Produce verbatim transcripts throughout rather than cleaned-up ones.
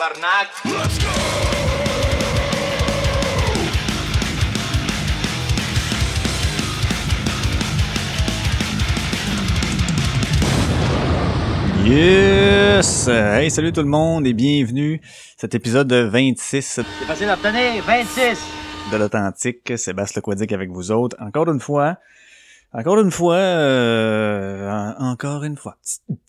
tabarnak! Let's go! Yes! Hey, salut tout le monde et bienvenue à cet épisode vingt-six. C'est facile à obtenir, vingt-six! De l'Authentique, Sébastien Lequadic avec vous autres. Encore une fois, encore une fois, euh, encore une fois.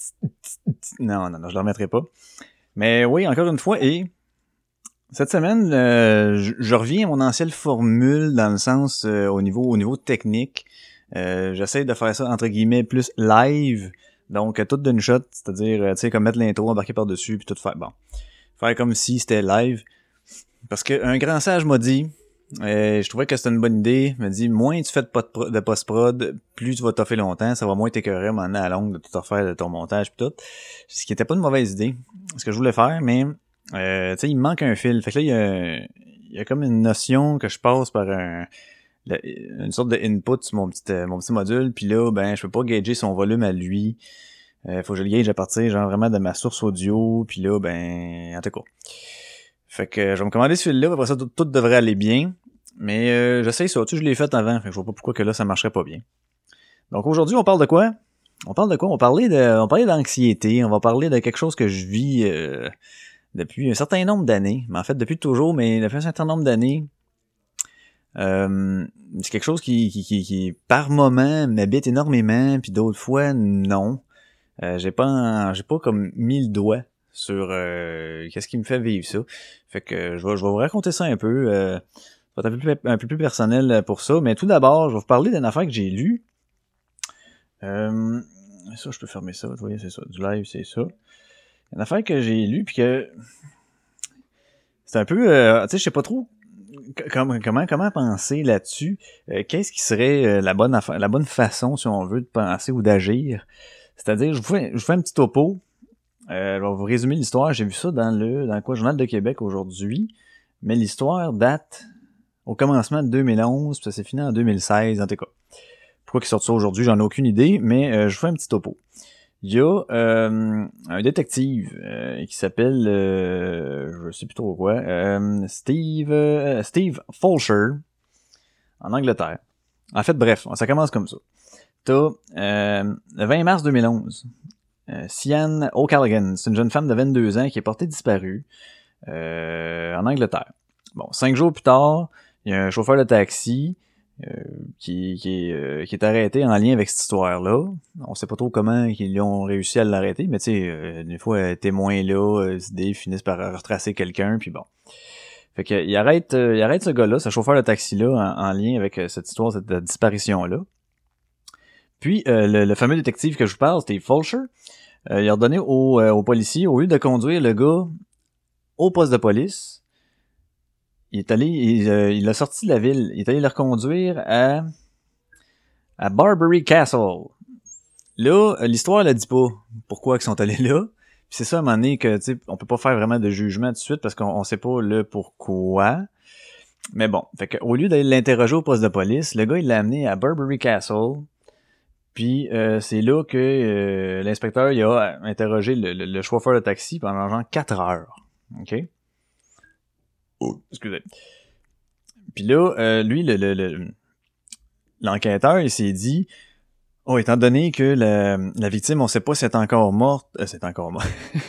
Non, non, non, je le remettrai pas. Mais oui, encore une fois, et cette semaine, euh, je, je reviens à mon ancienne formule dans le sens euh, au niveau au niveau technique. Euh, j'essaie de faire ça entre guillemets plus live. Donc, tout d'une shot, c'est-à-dire, tu sais, comme mettre l'intro, embarquer par-dessus, puis tout faire, bon. Faire comme si c'était live. Parce qu'un grand sage m'a dit, euh, je trouvais que c'était une bonne idée, il m'a dit, moins tu fais de, pod- de post-prod, plus tu vas t'offrir longtemps, ça va moins t'écœurer, m'en à longue de tout refaire de ton montage, puis tout. Ce qui était pas une mauvaise idée, ce que je voulais faire, mais, euh, tu sais, il me manque un fil. Fait que là, il y a, il y a comme une notion que je passe par un... Le, une sorte de input sur mon petit euh, mon petit module, puis là ben je peux pas gager son volume à lui. Euh, faut que je le gage à partir genre vraiment de ma source audio, puis là ben en tout cas. Fait que je vais me commander ce fil-là, après ça tout, tout devrait aller bien. Mais euh, j'essaye ça, tu sais, je l'ai fait avant, fait que je vois pas pourquoi que là ça marcherait pas bien. Donc aujourd'hui, on parle de quoi? On parle de quoi? On parlait de on parlait d'anxiété, on va parler de quelque chose que je vis euh, depuis un certain nombre d'années, mais en fait depuis toujours, mais depuis un certain nombre d'années. Euh, c'est quelque chose qui, qui, qui, qui par moment m'habite énormément, puis d'autres fois non. Euh, j'ai pas, j'ai pas comme mis le doigt sur euh, qu'est-ce qui me fait vivre ça. Fait que je vais, je vais vous raconter ça un peu. Euh, ça va être un peu, plus, un peu plus personnel pour ça. Mais tout d'abord, je vais vous parler d'une affaire que j'ai lue. Euh, ça, je peux fermer ça. Vous voyez, c'est ça. Du live, c'est ça. Une affaire que j'ai lue, puis que c'est un peu, euh, tu sais, je sais pas trop. Comment, comment, comment penser là-dessus? Euh, qu'est-ce qui serait euh, la bonne affaire, la bonne façon, si on veut, de penser ou d'agir? C'est-à-dire, je vous fais, je vous fais un petit topo. Euh, je vais vous résumer l'histoire. J'ai vu ça dans le, dans quoi, Journal de Québec aujourd'hui. Mais l'histoire date au commencement de deux mille onze, puis ça s'est fini en deux mille seize, en tout cas. Pourquoi qu'ils sortent ça aujourd'hui, j'en ai aucune idée, mais euh, je vous fais un petit topo. Il y a euh, un détective euh, qui s'appelle, euh, je sais plus trop quoi, euh, Steve euh, Steve Fulcher, en Angleterre. En fait, bref, ça commence comme ça. T'as euh, le vingt mars deux mille onze, euh, Sian O'Callaghan, c'est une jeune femme de vingt-deux ans qui est portée disparue euh, en Angleterre. Bon, cinq jours plus tard, il y a un chauffeur de taxi Euh, qui, qui, est, euh, qui est arrêté en lien avec cette histoire-là. On sait pas trop comment ils ont réussi à l'arrêter, mais tu sais, euh, des fois, euh, témoins là, euh, ils finissent par retracer quelqu'un, puis bon. Fait que il arrête, euh, il arrête ce gars-là, ce chauffeur de taxi-là, en, en lien avec euh, cette histoire, cette, cette disparition-là. Puis, euh, le, le fameux détective que je vous parle, Steve Fulcher, euh, il a ordonné aux euh, au policiers, au lieu de conduire le gars au poste de police, il est allé, il, euh, il a sorti de la ville, il est allé le reconduire à, à Barbary Castle. Là, l'histoire elle dit pas pourquoi ils sont allés là. Puis c'est ça à un moment donné que, tu sais, on peut pas faire vraiment de jugement tout de suite parce qu'on on sait pas le pourquoi. Mais bon, fait que au lieu d'aller l'interroger au poste de police, le gars il l'a amené à Barbary Castle. Puis euh, c'est là que euh, l'inspecteur il a interrogé le, le, le chauffeur de taxi pendant genre quatre heures. OK? Oh, excusez. Puis là, euh, lui, le, le, le, l'enquêteur, il s'est dit, oh, étant donné que la, la victime, on sait pas si elle est encore morte, euh, c'est encore morte.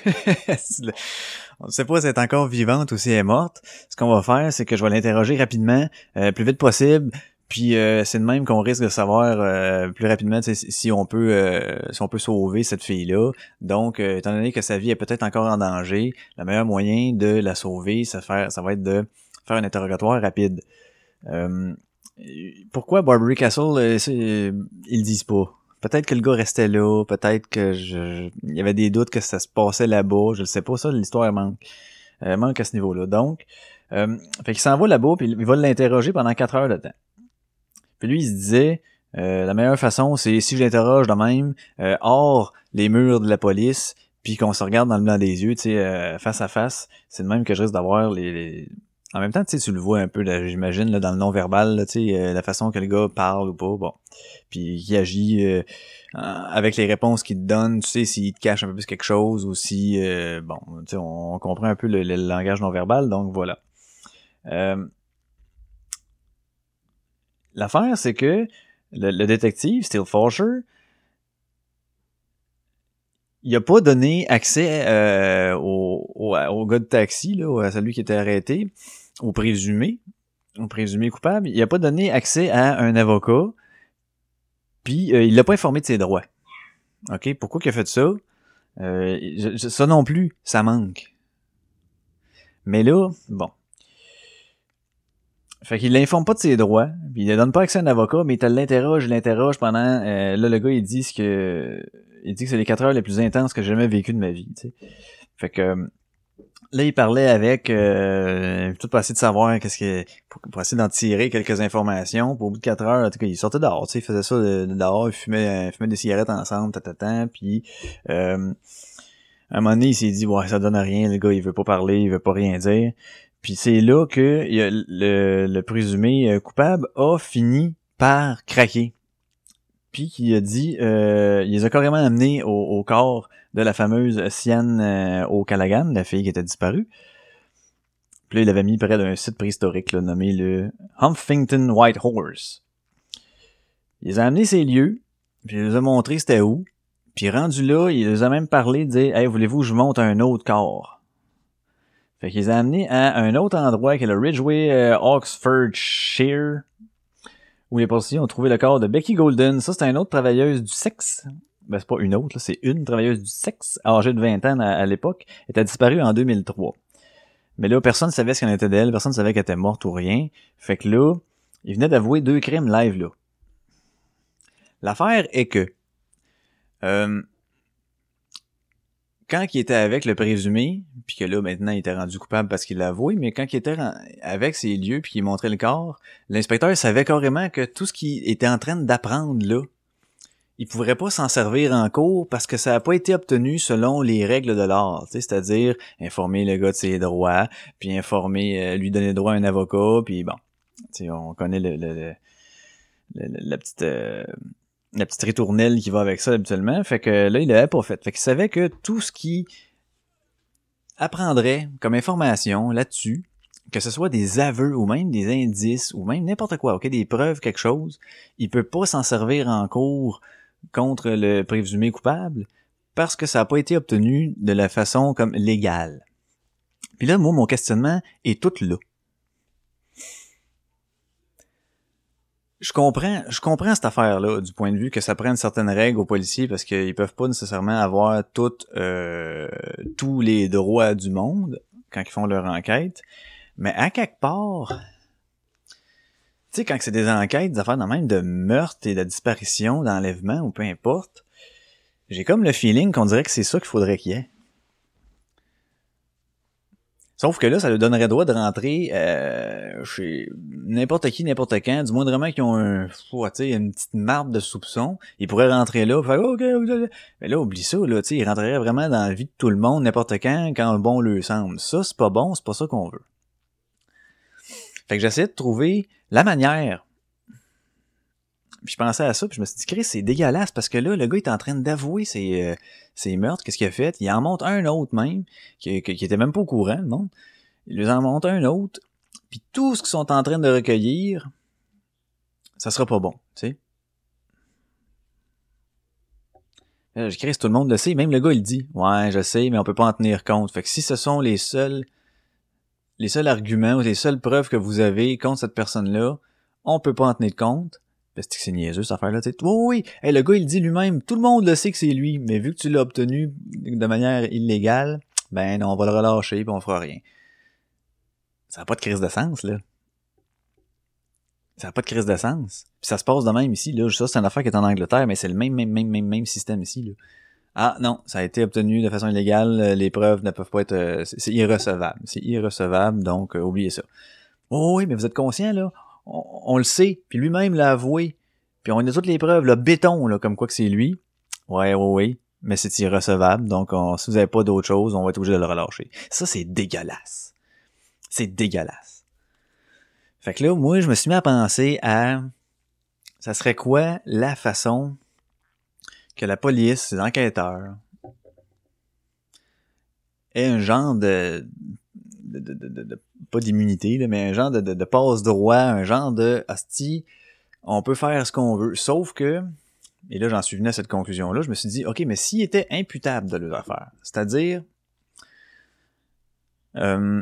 On sait pas si elle est encore vivante ou si elle est morte. Ce qu'on va faire, c'est que je vais l'interroger rapidement, euh, plus vite possible. Puis euh, c'est de même qu'on risque de savoir euh, plus rapidement si on peut euh, si on peut sauver cette fille-là. Donc, euh, étant donné que sa vie est peut-être encore en danger, le meilleur moyen de la sauver, ça, faire, ça va être de faire un interrogatoire rapide. Euh, pourquoi Barbary Castle, euh, c'est, ils le disent pas. Peut-être que le gars restait là, peut-être que je, il y avait des doutes que ça se passait là-bas, je le sais pas, ça, l'histoire manque. Euh, manque à ce niveau-là. Donc, euh, fait qu'il s'en va là-bas, puis il va l'interroger pendant quatre heures de temps. Puis lui, il se disait, euh, la meilleure façon, c'est si je l'interroge de même, euh, hors les murs de la police, puis qu'on se regarde dans le blanc des yeux, tu sais, euh, face à face, c'est de même que je risque d'avoir les, les en même temps, tu sais, tu le vois un peu, là, j'imagine, là, dans le non-verbal, là, tu sais, euh, la façon que le gars parle ou pas, bon. Puis il agit euh, avec les réponses qu'il te donne, tu sais, s'il te cache un peu plus quelque chose ou si, euh, bon, tu sais, on, on comprend un peu le, le langage non-verbal, donc voilà. Euh, l'affaire, c'est que le, le détective, Steele Forcher, il a pas donné accès euh, au, au, au gars de taxi, là, à celui qui était arrêté, au présumé, au présumé coupable. Il a pas donné accès à un avocat, puis euh, il l'a pas informé de ses droits. OK? Pourquoi qu'il a fait ça? Euh, je, je, ça non plus, ça manque. Mais là, bon. Fait qu'il l'informe pas de ses droits, puis il ne donne pas accès à un avocat, mais il te l'interroge, il l'interroge pendant... Euh, là, le gars, il dit ce que... Il dit que c'est les quatre heures les plus intenses que j'ai jamais vécues de ma vie, tu sais. Fait que... Là, il parlait avec... Euh, tout pour essayer de savoir qu'est-ce que... Pour, pour essayer d'en tirer quelques informations. Puis au bout de quatre heures, en tout cas, il sortait dehors, tu sais, il faisait ça de, de dehors, il fumait, fumait des cigarettes ensemble, tatatan, puis... Euh, à un moment donné, il s'est dit, ouais, ça donne rien, le gars, il veut pas parler, il veut pas rien dire. Puis c'est là que le, le présumé coupable a fini par craquer. Puis qu'il a dit, euh, il les a carrément amenés au, au corps de la fameuse Sian euh, O'Callaghan, la fille qui était disparue. Puis là, il l'avait mis près d'un site préhistorique là, nommé le Huffington White Horse. Il les a amenés ces lieux, puis il les a montré c'était où. Puis rendu là, il les a même parlé de dire « Hey, voulez-vous que je monte un autre corps? » Fait qu'il les a amenés à un autre endroit qui est le Ridgeway euh, Oxfordshire, où les policiers ont trouvé le corps de Becky Golden. Ça, c'est une autre travailleuse du sexe. Ben, c'est pas une autre, là, c'est une travailleuse du sexe, âgée de vingt ans à, à l'époque. Elle était disparue en deux mille trois. Mais là, personne ne savait ce qu'elle était d'elle, personne ne savait qu'elle était morte ou rien. Fait que là, il venait d'avouer deux crimes live, là. L'affaire est que Euh, quand il était avec le présumé, puis que là, maintenant, il était rendu coupable parce qu'il l'a avoué, mais quand il était avec ses lieux puis qu'il montrait le corps, l'inspecteur savait carrément que tout ce qu'il était en train d'apprendre là, il pourrait pas s'en servir en cours parce que ça n'a pas été obtenu selon les règles de l'art, c'est-à-dire informer le gars de ses droits, puis informer, euh, lui donner le droit à un avocat, puis bon, on connaît le, le, le, le la petite... Euh, la petite ritournelle qui va avec ça habituellement, fait que là, il l'avait pas fait. Fait qu'il savait que tout ce qu'il apprendrait comme information là-dessus, que ce soit des aveux ou même des indices ou même n'importe quoi, ok, des preuves, quelque chose, il peut pas s'en servir en cours contre le présumé coupable parce que ça n'a pas été obtenu de la façon comme légale. Puis là, moi, mon questionnement est tout là. Je comprends, je comprends cette affaire-là du point de vue que ça prenne certaines règles aux policiers parce qu'ils peuvent pas nécessairement avoir toutes, euh, tous les droits du monde quand ils font leur enquête. Mais à quelque part, tu sais, quand c'est des enquêtes, des affaires de même de meurtre et de disparition, d'enlèvement ou peu importe, j'ai comme le feeling qu'on dirait que c'est ça qu'il faudrait qu'il y ait. Sauf que là, ça lui donnerait droit de rentrer euh, chez n'importe qui, n'importe quand, du moindrement qu'ils ont un, oh, tu sais, une petite marde de soupçon, ils pourraient rentrer là, faire OK, OK. Mais là, oublie ça, là, tu sais, ils rentreraient vraiment dans la vie de tout le monde, n'importe quand, quand le bon leur semble. Ça, c'est pas bon, c'est pas ça qu'on veut. Fait que j'essayais de trouver la manière. Puis je pensais à ça, puis je me suis dit, Chris, c'est dégueulasse, parce que là, le gars, il est en train d'avouer ses, euh, ses meurtres, qu'est-ce qu'il a fait? Il en monte un autre même, qui, qui, qui était même pas au courant, le monde. Il lui en monte un autre, puis tout ce qu'ils sont en train de recueillir, ça sera pas bon, tu sais. Là, je Chris, tout le monde le sait, même le gars, il dit, ouais, je sais, mais on peut pas en tenir compte. Fait que si ce sont les seuls, les seuls arguments ou les seules preuves que vous avez contre cette personne-là, on peut pas en tenir compte. Parce que c'est niaiseux, cette affaire-là, tu sais. Oh, oui, hey, le gars, il dit lui-même, tout le monde le sait que c'est lui, mais vu que tu l'as obtenu de manière illégale, ben non, on va le relâcher pis on fera rien. Ça n'a pas de crise de sens, là. Ça n'a pas de crise de sens. Puis ça se passe de même ici, là. Ça, c'est une affaire qui est en Angleterre, mais c'est le même, même, même, même, même système ici, là. Ah, non, ça a été obtenu de façon illégale, les preuves ne peuvent pas être... Euh, c'est, c'est irrecevable. C'est irrecevable, donc euh, oubliez ça. Oh oui, mais vous êtes conscient, là? On, on le sait, puis lui-même l'a avoué. Puis on a toutes les preuves, le béton, là, comme quoi que c'est lui. Ouais, ouais, ouais, mais c'est irrecevable, donc si vous n'avez pas d'autre chose, on va être obligé de le relâcher. Ça, c'est dégueulasse. C'est dégueulasse. Fait que là, moi, je me suis mis à penser à... Ça serait quoi la façon que la police, les enquêteurs, aient un genre de... de, de, de, de, de pas d'immunité, là, mais un genre de, de, de passe-droit, un genre de... Hostie, on peut faire ce qu'on veut. Sauf que... Et là, j'en suis venu à cette conclusion-là. Je me suis dit, OK, mais s'il était imputable de leurs affaires, c'est-à-dire... Euh,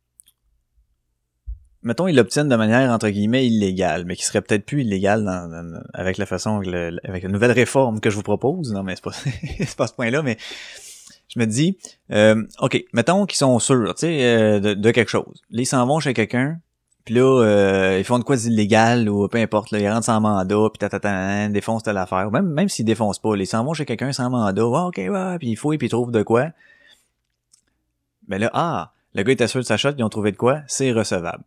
mettons, ils l'obtiennent de manière, entre guillemets, illégale, mais qui serait peut-être plus illégale dans, dans, avec la façon, avec, le, avec la nouvelle réforme que je vous propose. Non, mais c'est pas, c'est pas ce point-là, mais je me dis, euh, OK, mettons qu'ils sont sûrs, tu sais, euh, de, de quelque chose. Là, ils s'en vont chez quelqu'un, puis là, euh, ils font de quoi d'illégal, ou peu importe, là, ils rentrent sans mandat, puis tatatan, défoncent telle affaire. Même, même s'ils défoncent pas, là, ils s'en vont chez quelqu'un sans mandat, ouais, OK, ouais, puis ils fouillent, puis ils trouvent de quoi. Ben là, ah, le gars était sûr de sa shot, ils ont trouvé de quoi, c'est recevable.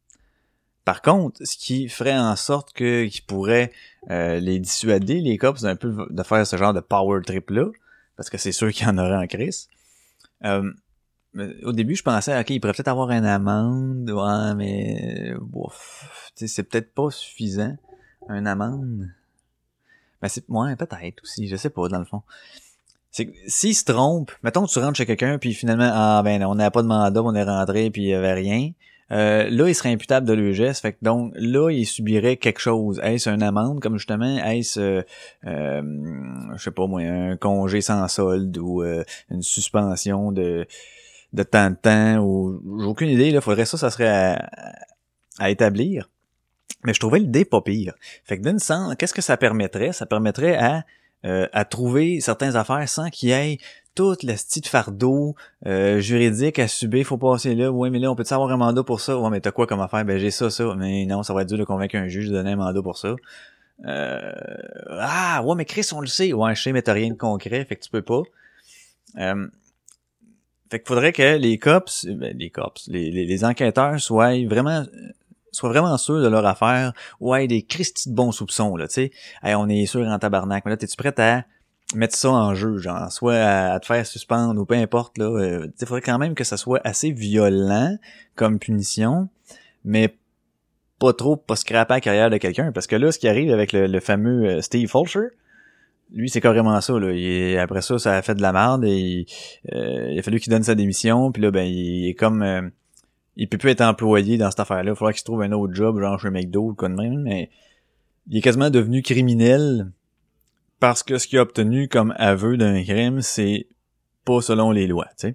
Par contre, ce qui ferait en sorte que qu'ils pourraient euh, les dissuader, les cops, un peu de faire ce genre de power trip-là, parce que c'est sûr qu'il y en aurait en crise. Euh, au début, je pensais, OK, il pourrait peut-être avoir une amende, ouais, mais ouf, c'est peut-être pas suffisant, une amende. Ben c'est, ouais, peut-être aussi, je sais pas, dans le fond. C'est que s'il se trompe, mettons que tu rentres chez quelqu'un, puis finalement, ah ben on n'a pas de mandat, on est rentré, puis il y avait rien. Euh, là, il serait imputable de le geste, fait que donc là, il subirait quelque chose. Est-ce une amende, comme justement, est-ce euh, euh, je sais pas moi, un congé sans solde ou euh, une suspension de de temps de temps, ou j'ai aucune idée, là, faudrait ça, ça serait à, à établir. Mais je trouvais l'idée pas pire. Fait que d'une sens, qu'est-ce que ça permettrait? Ça permettrait à euh, à trouver certaines affaires sans qu'il y ait toute la petite fardeau euh, juridique à subir, faut passer là, ouais mais là on peut-tu avoir un mandat pour ça? Ouais mais t'as quoi comme affaire? Ben j'ai ça, ça, mais non, ça va être dur de convaincre un juge de donner un mandat pour ça. Euh, ah ouais mais Chris on le sait, ouais je sais mais t'as rien de concret, fait que tu peux pas. Euh, fait qu'il faudrait que les cops, ben, les cops, les, les, les enquêteurs soient vraiment soient vraiment sûrs de leur affaire, ouais des Christy de bons soupçons là, tu sais. Hey, on est sûr en tabarnak, mais là t'es-tu prêt à mettre ça en jeu, genre, soit à, à te faire suspendre ou peu importe, là, euh, il faudrait quand même que ça soit assez violent comme punition, mais pas trop pas scraper la carrière de quelqu'un, parce que là, ce qui arrive avec le, le fameux euh, Steve Fulcher, lui, c'est carrément ça, là. Il est, après ça, ça a fait de la merde, et il, euh, il a fallu qu'il donne sa démission, puis là, ben, il est comme... Euh, il peut plus être employé dans cette affaire-là, il faudra qu'il se trouve un autre job, genre chez McDo ou quoi de même, mais il est quasiment devenu criminel parce que ce qu'il a obtenu comme aveu d'un crime, c'est pas selon les lois, tu sais.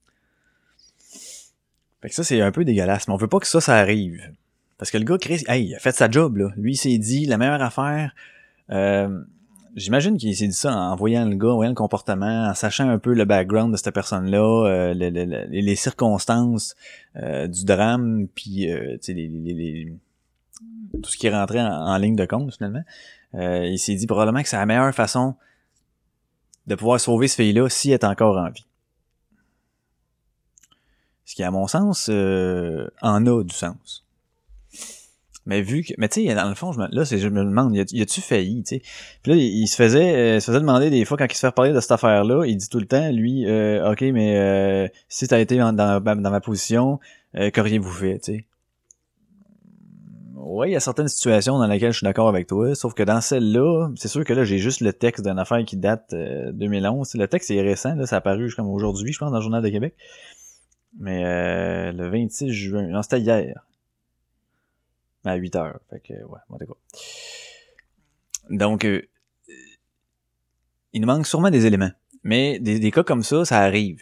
Fait que ça, c'est un peu dégueulasse, mais on veut pas que ça, ça arrive. Parce que le gars, Chris, hey, il a fait sa job, là. Lui, il s'est dit, la meilleure affaire, euh, j'imagine qu'il s'est dit ça en voyant le gars, en voyant le comportement, en sachant un peu le background de cette personne-là, euh, le, le, le, les circonstances euh, du drame, puis euh, tu sais, les, les, les, tout ce qui rentrait en, en ligne de compte, finalement. Euh, il s'est dit probablement que c'est la meilleure façon de pouvoir sauver ce fille-là si elle est encore en vie. Ce qui, à mon sens, euh, en a du sens. Mais vu que, mais tu sais, dans le fond, je me, là, c'est, je me demande, y, a, y a-tu failli, tu sais? Puis là, il, il se faisait, euh, se faisait demander des fois quand il se fait parler de cette affaire-là, il dit tout le temps, lui, euh, ok, mais euh, si t'as été dans, dans, dans ma position, euh, qu'auriez-vous fait, tu sais? Ouais, il y a certaines situations dans lesquelles je suis d'accord avec toi, sauf que dans celle-là, c'est sûr que là, j'ai juste le texte d'une affaire qui date euh, deux mille onze. Le texte est récent, là, ça a apparu comme aujourd'hui, je pense, dans le Journal de Québec. Mais euh, le vingt-six juin, non, c'était hier. À huit heures. Fait que, ouais, bon, d'accord. Donc, euh, il nous manque sûrement des éléments. Mais des, des cas comme ça, ça arrive.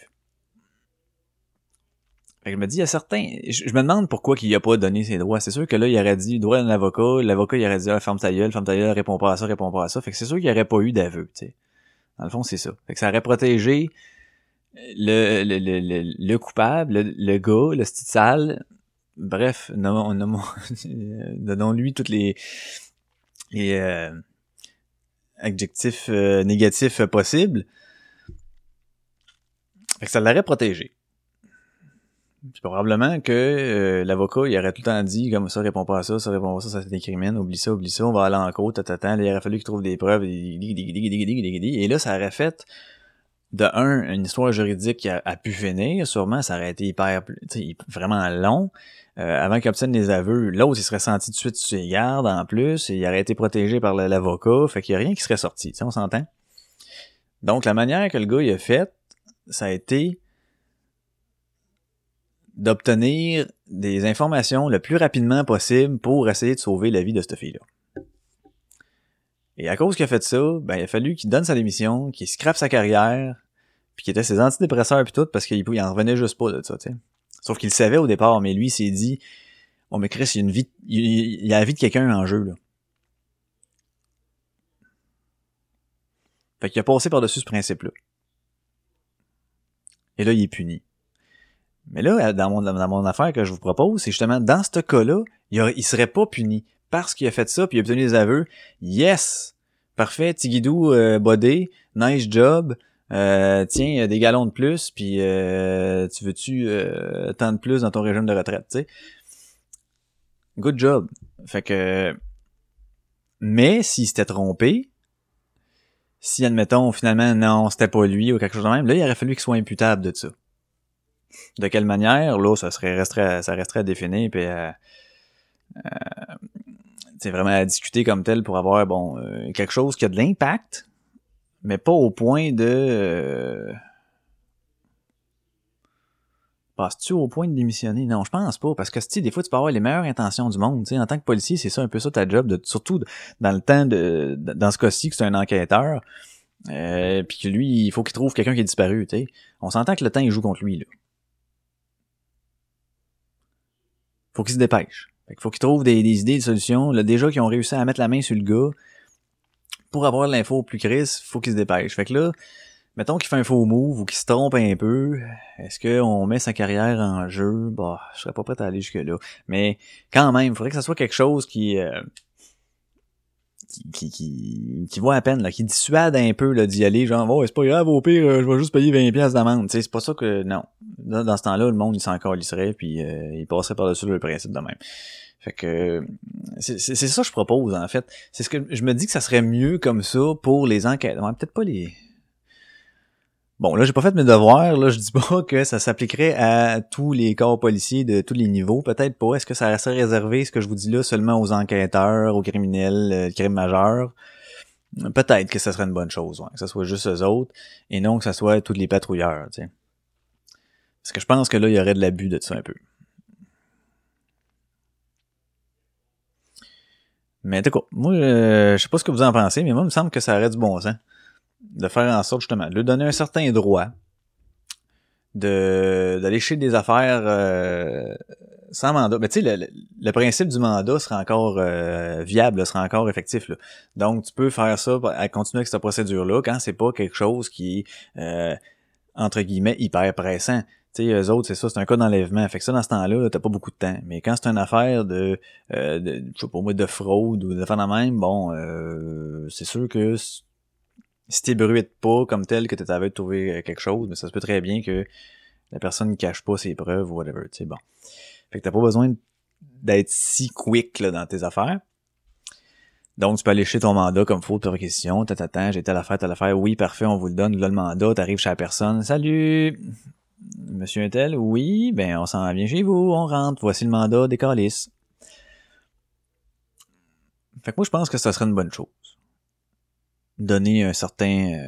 Fait que je me dis, il y a certains... Je, je me demande pourquoi il a pas donné ses droits. C'est sûr que là, il aurait dit droit d'un avocat. L'avocat, il aurait dit, ah, ferme ta gueule, ferme ta gueule, réponds pas à ça, réponds pas à ça. Fait que c'est sûr qu'il n'y aurait pas eu d'aveu, tu sais. Dans le fond, c'est ça. Fait que ça aurait protégé le, le, le, le, le coupable, le, le gars, le style sale. Bref, nommons, nommons, donnons-lui toutes les, les euh, adjectifs euh, négatifs euh, possibles. Fait que ça l'aurait protégé. Puis probablement que euh, l'avocat, il aurait tout le temps dit comme ça, réponds pas à ça, ça répond pas à ça, ça c'est des criminels, oublie ça, oublie ça, on va aller en cours, tata, il aurait fallu qu'il trouve des preuves, et là, ça aurait fait de un, une histoire juridique qui a, a pu finir, sûrement, ça aurait été hyper, vraiment long, euh, avant qu'il obtienne les aveux, l'autre, il serait senti de suite sur ses gardes, en plus, et il aurait été protégé par l'avocat, fait qu'il y a rien qui serait sorti, tu sais, on s'entend? Donc, la manière que le gars, il a fait, ça a été d'obtenir des informations le plus rapidement possible pour essayer de sauver la vie de cette fille-là. Et à cause qu'il a fait ça, ben, il a fallu qu'il donne sa démission, qu'il scrape sa carrière, puis qu'il était ses antidépresseurs puis tout, parce qu'il il en revenait juste pas de ça, tu sais. Sauf qu'il le savait au départ, mais lui, il s'est dit, oh, mais Chris, il y a une vie, il y a la vie de quelqu'un en jeu, là. Fait qu'il a passé par-dessus ce principe-là. Et là, il est puni. Mais là, dans mon, dans mon affaire que je vous propose, c'est justement, dans ce cas-là, il, a, il serait pas puni. Parce qu'il a fait ça, puis il a obtenu les aveux. Yes! Parfait, Tigidou, euh, bodé, nice job. Euh, tiens, des galons de plus, puis euh, tu veux-tu euh, tant de plus dans ton régime de retraite, tu sais? Good job. Fait que... Mais, s'il s'était trompé, si, admettons, finalement, non, c'était pas lui ou quelque chose de même, là, il aurait fallu qu'il soit imputable de ça. De quelle manière, là, ça serait resterait, ça resterait à définir, puis euh, euh, c'est vraiment à discuter comme tel pour avoir, bon, euh, quelque chose qui a de l'impact, mais pas au point de... Euh, passes-tu au point de démissionner? Non, je pense pas, parce que, tu sais, des fois, tu peux avoir les meilleures intentions du monde, tu sais, en tant que policier, c'est ça un peu ça ta job, de, surtout dans le temps de... Dans ce cas-ci, que c'est un enquêteur, euh, puis que lui, il faut qu'il trouve quelqu'un qui est disparu, tu sais. On s'entend que le temps, il joue contre lui, là. Faut qu'il se dépêche. Fait qu'il faut qu'il trouve des, des idées, des solutions. Là, déjà qu'ils ont réussi à mettre la main sur le gars, pour avoir l'info au plus crisse, faut qu'il se dépêche. Fait que là, mettons qu'il fait un faux move ou qu'il se trompe un peu, est-ce qu'on met sa carrière en jeu? Bah, je serais pas prêt à aller jusque-là. Mais quand même, il faudrait que ça soit quelque chose qui... Euh, qui, qui, qui, qui vaut à peine, là, qui dissuade un peu là, d'y aller, genre, oh, c'est pas grave, au pire, euh, je vais juste payer vingt piastres d'amende. C'est pas ça que, non. Dans, dans ce temps-là, le monde, il s'en calisserait, puis euh, il passerait par-dessus le principe de même. Fait que, c'est, c'est, c'est ça que je propose, en fait. C'est ce que je me dis que ça serait mieux comme ça pour les enquêtes. Ouais, peut-être pas les... Bon, là, j'ai pas fait mes devoirs, là, je dis pas que ça s'appliquerait à tous les corps policiers de tous les niveaux, peut-être pas. Est-ce que ça resterait réservé, ce que je vous dis là, seulement aux enquêteurs, aux criminels, euh, crimes majeurs? Peut-être que ça serait une bonne chose, ouais, que ça soit juste eux autres, et non que ça soit tous les patrouilleurs, tu sais. Parce que je pense que là, il y aurait de l'abus de ça un peu. Mais en tout cas, moi, euh, je sais pas ce que vous en pensez, mais moi, il me semble que ça aurait du bon sens. De faire en sorte, justement, de lui donner un certain droit de d'aller chez des affaires euh, sans mandat. Mais tu sais, le, le, le principe du mandat sera encore euh, viable, sera encore effectif, là. Donc, tu peux faire ça, à continuer avec cette procédure-là, quand c'est pas quelque chose qui est, euh, entre guillemets, hyper pressant. Tu sais, eux autres, c'est ça, c'est un cas d'enlèvement. Fait que ça, dans ce temps-là, là, t'as pas beaucoup de temps. Mais quand c'est une affaire de, euh, de je sais pas moi, de fraude ou de faire de même, bon, euh, c'est sûr que si t'ébruites pas comme tel que tu avais trouvé quelque chose, mais ça se peut très bien que la personne ne cache pas ses preuves ou whatever, tu sais, bon. Fait que t'as pas besoin d'être si quick là, dans tes affaires. Donc, tu peux aller chez ton mandat comme faut de réquisition, t'attends, j'ai telle affaire, telle affaire, oui, parfait, on vous le donne, là le mandat, t'arrives chez la personne, salut, monsieur un tel, oui, ben on s'en vient chez vous, on rentre, voici le mandat, des calices. Fait que moi, je pense que ça serait une bonne chose. Donner un certain euh,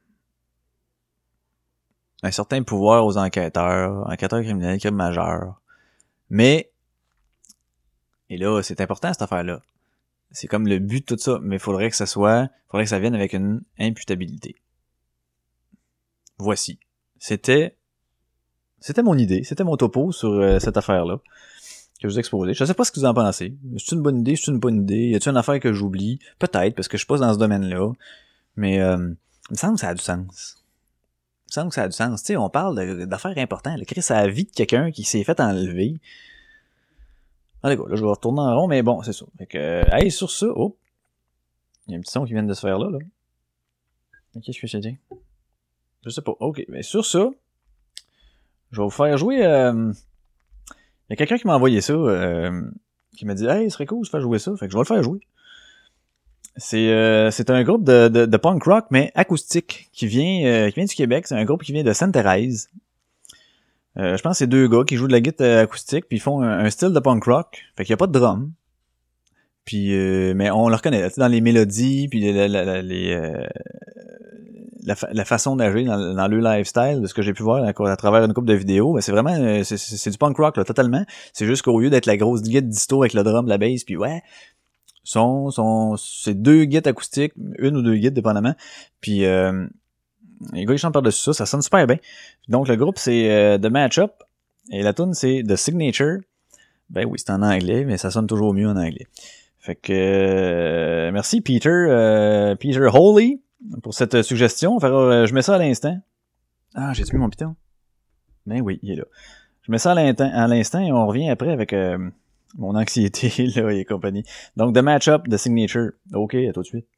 un certain pouvoir aux enquêteurs, enquêteurs criminels, crimes majeurs. Mais, et là, c'est important cette affaire-là. C'est comme le but de tout ça, mais il faudrait que ça soit, faudrait que ça vienne avec une imputabilité. Voici. C'était, c'était mon idée, c'était mon topo sur euh, cette affaire-là que je vous ai exposé. Je sais pas ce que vous en pensez. C'est une bonne idée, c'est une bonne idée. Y a-t-il une affaire que j'oublie? Peut-être, parce que je suis pas dans ce domaine-là. Mais, euh, il me semble que ça a du sens. Il me semble que ça a du sens. Tu sais, on parle de, d'affaires importantes. Le Christ, c'est la vie de quelqu'un qui s'est fait enlever. Allez, là, je vais retourner en rond, mais bon, c'est ça. Fait que, euh, hey, sur ça, oh, il y a un petit son qui vient de se faire là, là. Qu'est-ce que c'est dit? Je sais pas. Ok, mais sur ça, je vais vous faire jouer, euh, il y a quelqu'un qui m'a envoyé ça, euh, qui m'a dit, hey, ce serait cool de faire jouer ça. Fait que je vais le faire jouer. C'est euh, c'est un groupe de, de, de punk rock, mais acoustique, qui vient euh, qui vient du Québec. C'est un groupe qui vient de Sainte-Thérèse. Euh, je pense que c'est deux gars qui jouent de la guitare acoustique puis ils font un, un style de punk rock. Fait qu'il y a pas de drum. Puis euh, mais on le reconnaît dans les mélodies puis la, la, la, les euh, la, fa- la façon d'agir dans, dans le lifestyle de ce que j'ai pu voir à, à travers une couple de vidéos, ben c'est vraiment c'est, c'est, c'est du punk rock là totalement. C'est juste qu'au lieu d'être la grosse guitare disto avec le drum, la bass puis ouais, sont sont c'est deux guitares acoustiques, une ou deux guitares dépendamment. Puis euh, les gars ils chantent par-dessus ça, ça sonne super bien. Donc le groupe c'est euh, The Matchup et la tune c'est The Signature. Ben oui, c'est en anglais, mais ça sonne toujours mieux en anglais. Fait que euh, merci Peter euh, Peter Holy pour cette suggestion. Fait, euh, je mets ça à l'instant. Ah, j'ai tué mon piton. Ben oui, il est là. Je mets ça à l'instant, à l'instant et on revient après avec euh, mon anxiété là et compagnie. Donc The Matchup, The Signature. Ok, à tout de suite.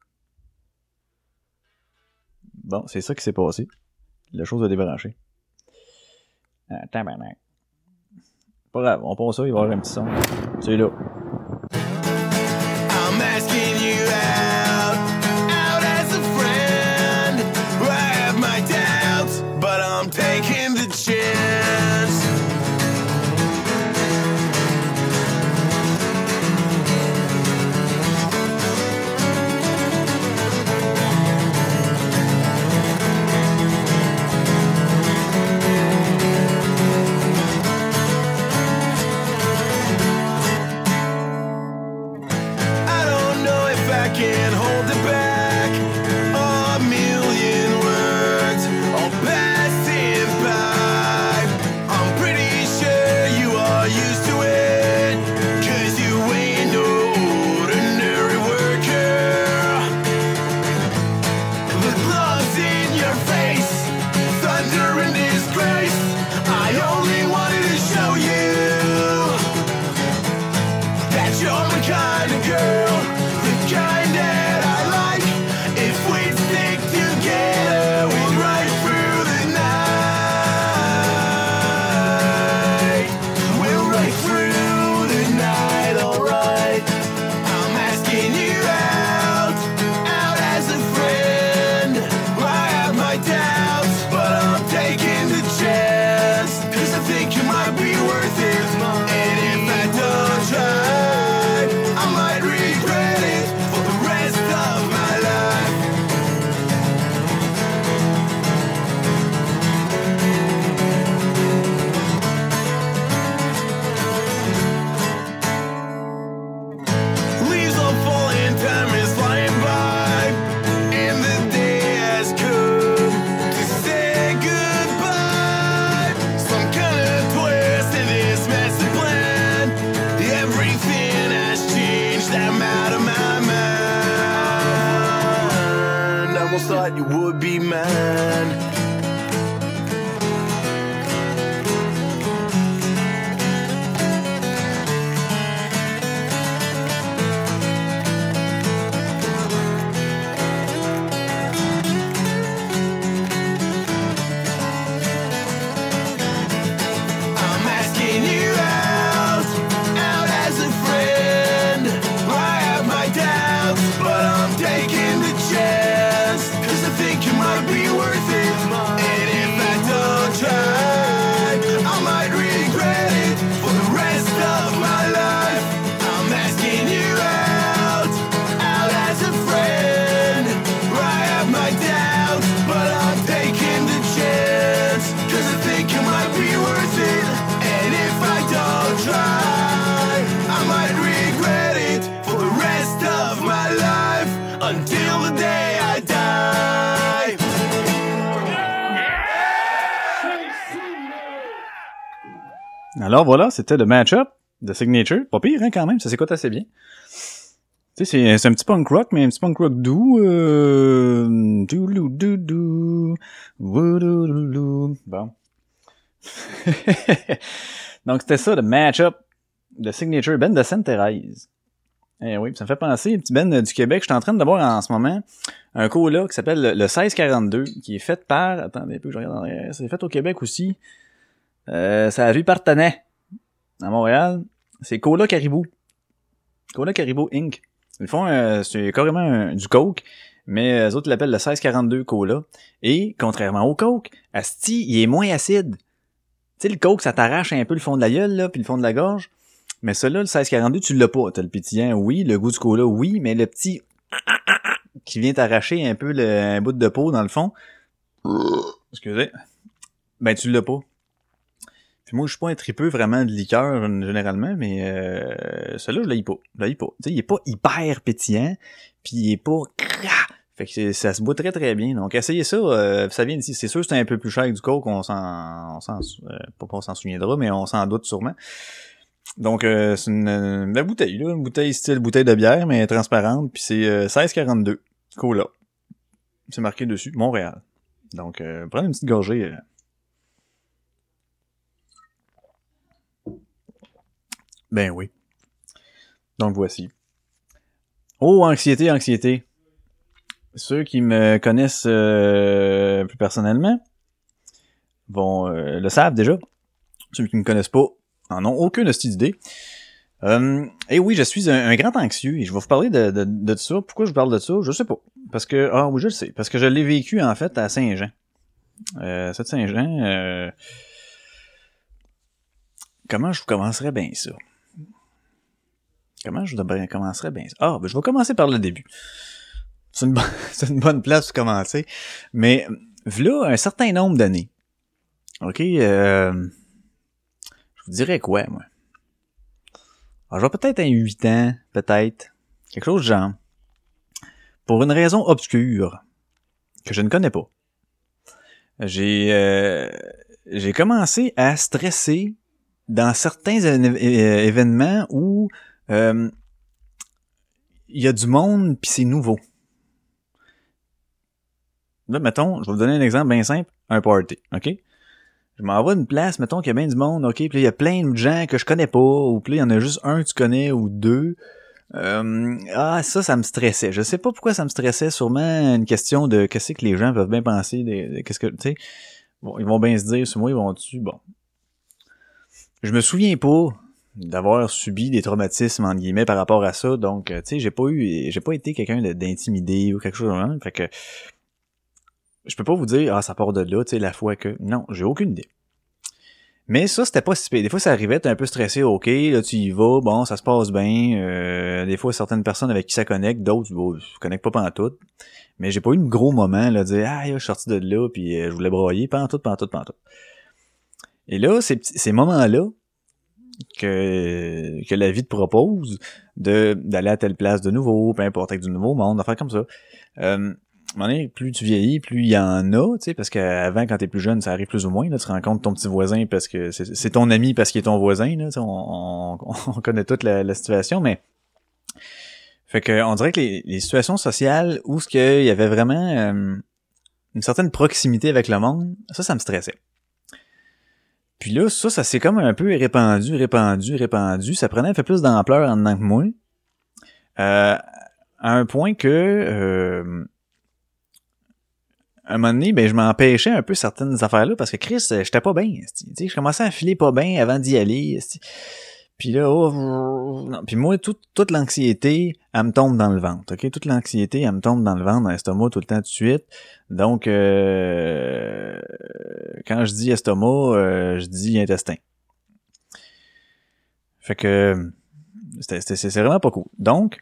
Bon, c'est ça qui s'est passé. La chose a débranché. Ah, tabarnak. Pas grave, on passe ça, il va y avoir un petit son. C'est là. I'm asking you out, out as a friend. I have my doubts, but I'm taking the chance. Can't hold it back. A million words all passing by. I'm pretty sure you are used to it, 'cause you ain't no ordinary worker. The gloves in your face, thunder and disgrace. I only wanted to show you that you're my kind of girl, the kind that I like. If we'd stick together, we'd ride through the night. We'll ride through the night, alright. I'm asking you out, out as a friend. I have my doubts, but I'm taking the chance, 'cause I think you might be worth it. And if I don't try, I might regret it for the rest of my life. Leaves all falling, time is flying by, and the day has come to say goodbye. Some kind of twist in this master plan. Everything has changed, I'm out of my mind. I almost thought you would be mine. I'm asking you out, out as a friend. I have my doubts, but I'm taking the chance, 'cause I think you might be worth it. And if I don't try, I might regret it for the rest of my life. I'm asking you out, out as a friend. I have my doubts, but I'm taking the chance, 'cause I think you might be worth it. And if I don't try, I might regret it for the rest of my life, until the day I die. Alors voilà, c'était le match-up de Signature. Pas pire, hein, quand même, ça s'écoute assez bien. Tu sais, c'est, c'est un petit punk rock, mais un petit punk rock doux. Euh... doulou, doudou, woudoulou. Bon. Donc c'était ça, le match-up de Signature, Ben de Sainte-Thérèse. Eh oui, ça me fait penser, un petit Ben du Québec. Je suis en train de voir en ce moment un cola qui s'appelle le seize quarante-deux, qui est fait par... Attendez un peu, je regarde en arrière. C'est fait au Québec aussi. Euh, c'est à la rue Partenay, à Montréal. C'est Cola Caribou. Cola Caribou Incorporated. Ils font, euh, c'est carrément un, du coke, mais eux autres l'appellent le seize quarante-deux Cola. Et, contrairement au coke, asti, il est moins acide. Tu sais, le coke, ça t'arrache un peu le fond de la gueule, là, puis le fond de la gorge. Mais celui-là, le seize quarante-deux, tu l'as pas. T'as le pétillant, oui. Le goût du cola, oui. Mais le petit qui vient t'arracher un peu le, un bout de peau dans le fond. Excusez. Ben, tu l'as pas. Puis moi, je suis pas un tripeux vraiment de liqueur, généralement, mais euh, celui-là, je l'ai pas. Je l'ai pas. Tu sais, il est pas hyper pétillant, puis il est pas... Fait que ça se boit très très bien. Donc, essayez ça. Euh, ça vient d'ici. C'est sûr que c'est un peu plus cher que du coke. On s'en... On s'en euh, pas qu'on s'en souviendra, mais on s'en doute sûrement. Donc, euh, c'est une, une belle bouteille, là. Une bouteille style bouteille de bière, mais transparente. Puis c'est euh, seize quarante-deux. Cola. C'est marqué dessus. Montréal. Donc, euh, prenez une petite gorgée. Euh. Ben oui. Donc, voici. Oh, anxiété, anxiété. Ceux qui me connaissent euh, plus personnellement vont euh, le savent déjà. Ceux qui me connaissent pas en ont aucune hostie d'idée. Euh, et oui, je suis un, un grand anxieux et je vais vous parler de, de, de ça. Pourquoi je vous parle de ça? Je sais pas. Parce que, ah oui, je le sais. Parce que je l'ai vécu en fait à Saint-Jean. Euh, cette Saint-Jean, euh, comment je vous commencerais bien ça? Comment je vous commencerais bien ça? Ah, ben je vais commencer par le début. C'est une, bonne, c'est une bonne place pour commencer. Mais, voilà un certain nombre d'années. OK? Euh, je vous dirais quoi, moi? Alors, je vais peut-être un huit ans, peut-être. Quelque chose de genre. Pour une raison obscure, que je ne connais pas. J'ai, euh, j'ai commencé à stresser dans certains é- événements où euh, il y a du monde pis c'est nouveau. Là, mettons, je vais vous donner un exemple bien simple, un party, OK? Je m'en vais à une place, mettons qu'il y a bien du monde, OK? Puis là, il y a plein de gens que je connais pas, ou puis là, il y en a juste un que tu connais, ou deux. Euh, ah, ça, ça me stressait. Je sais pas pourquoi ça me stressait, sûrement une question de qu'est-ce que les gens peuvent bien penser, de, de qu'est-ce que, tu sais, bon, ils vont bien se dire, sur moi, ils vont dessus, bon. Je me souviens pas d'avoir subi des traumatismes, entre guillemets, par rapport à ça, donc, tu sais, j'ai pas eu, j'ai pas été quelqu'un d'intimidé ou quelque chose de même, fait que je peux pas vous dire, ah, ça part de là, tu sais, la fois que... Non, j'ai aucune idée. Mais ça, c'était pas si pire. Des fois, ça arrivait, t'es un peu stressé, ok, là, tu y vas, bon, ça se passe bien. Euh, des fois, certaines personnes avec qui ça connecte, d'autres, bon, je connecte pas pantoute. Mais j'ai pas eu de gros moment, là, de dire, ah, je suis sorti de là, puis euh, je voulais broyer, pantoute, pantoute, pantoute. Et là, ces, ces moments-là, que, que la vie te propose, de d'aller à telle place de nouveau, peu importe, avec du nouveau monde, d'affaires comme ça, euh, à un moment donné, plus tu vieillis, plus il y en a, tu sais, parce qu'avant, quand t'es plus jeune, ça arrive plus ou moins, là, tu rencontres ton petit voisin parce que c'est, c'est ton ami parce qu'il est ton voisin, là, tu sais, on, on, on connaît toute la, la situation, mais fait que on dirait que les, les situations sociales où ce qu'il y avait vraiment euh, une certaine proximité avec le monde, ça, ça me stressait. Puis là, ça, ça s'est comme un peu répandu, répandu, répandu, ça prenait un peu plus d'ampleur en dedans que moi, euh, à un point que... Euh, à un moment donné, ben, je m'empêchais un peu certaines affaires-là parce que Chris, j'étais pas bien. Tu sais, je commençais à filer pas bien avant d'y aller. Puis là, oh, non. Puis moi, toute, toute l'anxiété, elle me tombe dans le ventre. Ok, toute l'anxiété, elle me tombe dans le ventre, dans l'estomac tout le temps tout de suite. Donc, euh, quand je dis estomac, euh, je dis intestin. Fait que c'était, c'était, c'est vraiment pas cool. Donc,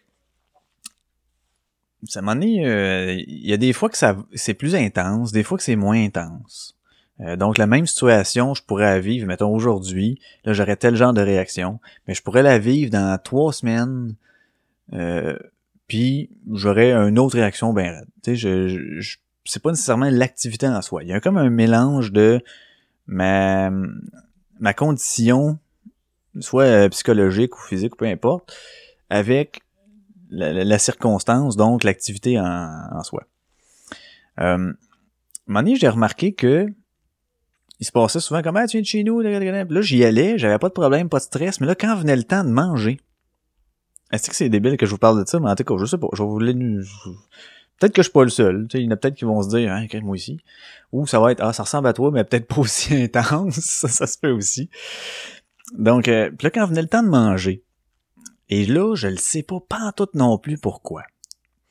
ça m'en est, euh, il y a des fois que ça c'est plus intense, des fois que c'est moins intense. Euh, donc la même situation, je pourrais la vivre, mettons aujourd'hui, là j'aurais tel genre de réaction, mais je pourrais la vivre dans trois semaines, euh, puis j'aurais une autre réaction ben raide. Tu sais, je, je, je c'est pas nécessairement l'activité en soi. Il y a comme un mélange de ma ma condition, soit psychologique ou physique ou peu importe, avec La, la, la circonstance, donc l'activité en, en soi. Euh, à un moment donné, j'ai remarqué que il se passait souvent comme « Ah, tu viens de chez nous? » Là, j'y allais, j'avais pas de problème, pas de stress, mais là, quand venait le temps de manger, est-ce que c'est débile que je vous parle de ça? Mais en tout cas, je sais pas, je vais vous les... Peut-être que je suis pas le seul, tu sais, il y en a peut-être qui vont se dire « Hein, moi aussi. » Ou ça va être « Ah, ça ressemble à toi, mais peut-être pas aussi intense. » Ça, ça se fait aussi. Donc, euh, puis là, quand venait le temps de manger, et là, je le sais pas pantoute non plus pourquoi.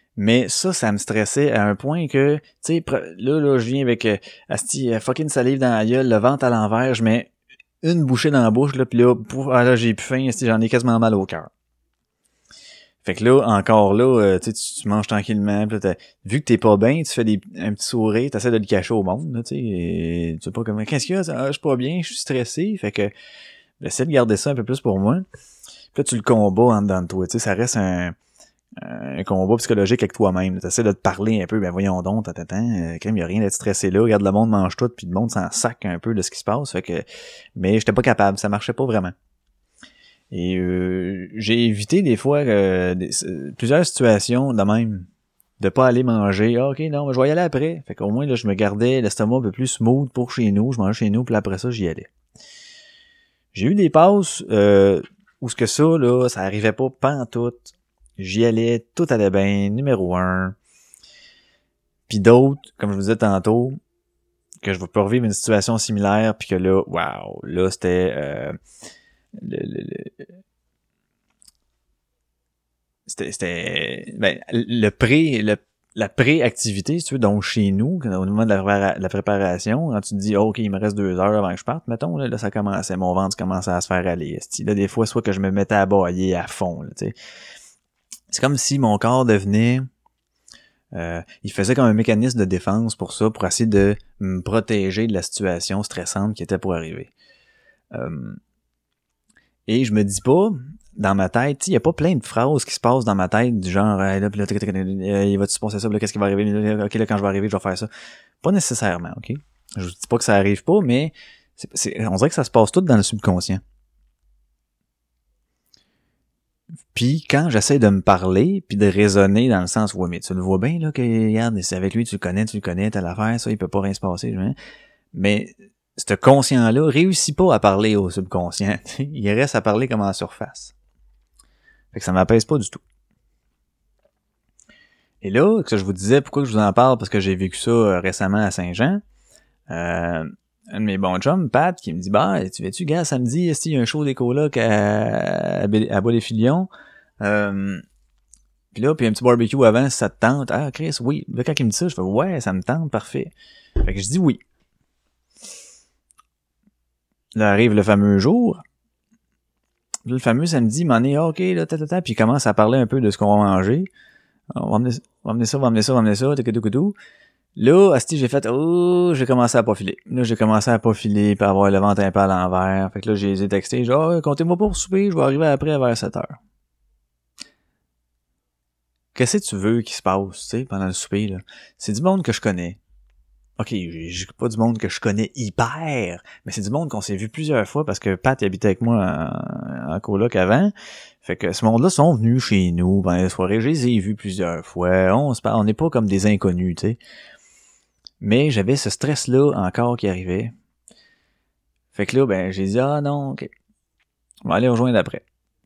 Mais ça, ça me stressait à un point que, tu sais, là, là, je viens avec euh, asti, fucking salive dans la gueule, le ventre à l'envers, je mets une bouchée dans la bouche, là, pis là, pouf, ah là, j'ai plus faim, asti, j'en ai quasiment mal au cœur. Fait que là, encore là, euh, tu, tu manges tranquillement, pis là, t'as, vu que t'es pas bien, tu fais des, un petit sourire, t'essaies de le cacher au monde, là, tu sais, et tu sais pas comment, qu'est-ce qu'il y a? Ah, je suis pas bien, je suis stressé, fait que, j'essaie de garder ça un peu plus pour moi. Puis là, tu le combats en dedans de toi, tu sais, ça reste un, un combat psychologique avec toi-même. Tu essaies de te parler un peu, ben voyons donc, t'attends, euh, quand même, y a rien d'être stressé là, regarde le monde mange tout, puis le monde s'en sac un peu de ce qui se passe, fait que, mais j'étais pas capable, ça marchait pas vraiment. Et euh, j'ai évité des fois euh, des, plusieurs situations de même, de pas aller manger, ah, ok, non, mais je vais y aller après, fait qu'au moins, là, je me gardais l'estomac un peu plus smooth pour chez nous, je mangeais chez nous, puis après ça, j'y allais. J'ai eu des passes, euh, où ce que ça, là, ça arrivait pas pantoute. J'y allais, tout allait bien, numéro un. Puis d'autres, comme je vous disais tantôt, que je peux revivre une situation similaire, puis que là, waouh, là, c'était... Euh, le, le, le, c'était... c'était ben, le pré... Le, la pré-activité, si tu veux, donc chez nous, au moment de la, de la préparation, quand tu te dis, oh, OK, il me reste deux heures avant que je parte, mettons, là, là ça commençait, mon ventre commençait à se faire aller. Là, des fois, soit que je me mettais à bâiller à fond, là, tu sais. C'est comme si mon corps devenait... Euh, il faisait comme un mécanisme de défense pour ça, pour essayer de me protéger de la situation stressante qui était pour arriver. Euh, et je me dis pas, dans ma tête, il y a pas plein de phrases qui se passent dans ma tête, du genre, hey, là, là, il va-tu se passer ça, là, qu'est-ce qui va arriver, ok, là, quand je vais arriver, je vais faire ça. Pas nécessairement, ok? Je dis pas que ça arrive pas, mais c'est, c'est, on dirait que ça se passe tout dans le subconscient. Puis quand j'essaie de me parler, puis de raisonner dans le sens, ouais, mais tu le vois bien, là, que, regarde, c'est avec lui, tu le connais, tu le connais, t'as l'affaire, ça, il peut pas rien se passer, hein? Mais ce conscient-là réussit pas à parler au subconscient. Il reste à parler comme en surface. Fait que ça m'apaise pas du tout. Et là, que je vous disais, pourquoi je vous en parle, parce que j'ai vécu ça euh, récemment à Saint-Jean, euh, un de mes bons chums, Pat, qui me dit, bah, tu veux-tu, gars, samedi, est-ce qu'il y a un show des colocs à, à, à Bois-les-Filions? Euh, puis là, puis un petit barbecue avant, si ça te tente. Ah, Chris, oui. Là, quand il me dit ça, je fais, ouais, ça me tente, parfait. Fait que je dis oui. Là arrive le fameux jour. Là, le fameux samedi, il m'en est, ah, ok, là, tata, puis il commence à parler un peu de ce qu'on va manger. On va emmener, on va emmener ça, on va emmener ça, on va emmener ça, tout. Là, asti, j'ai fait, oh, j'ai commencé à pas filer. Là, j'ai commencé à pas filer, puis à avoir le ventre un peu à l'envers. Fait que là, j'ai texté, genre, oh, comptez-moi pour souper, je vais arriver après vers sept heures. Qu'est-ce que tu veux qu'il se passe, tu sais, pendant le souper, là? C'est du monde que je connais. OK, j'ai pas du monde que je connais hyper, mais c'est du monde qu'on s'est vu plusieurs fois parce que Pat habitait avec moi en, en coloc avant. Fait que ce monde-là sont venus chez nous pendant la soirée. Je les ai vus plusieurs fois. On se parle, on n'est pas comme des inconnus, tu sais. Mais j'avais ce stress-là encore qui arrivait. Fait que là, ben, j'ai dit, ah non, OK. On va aller rejoindre après.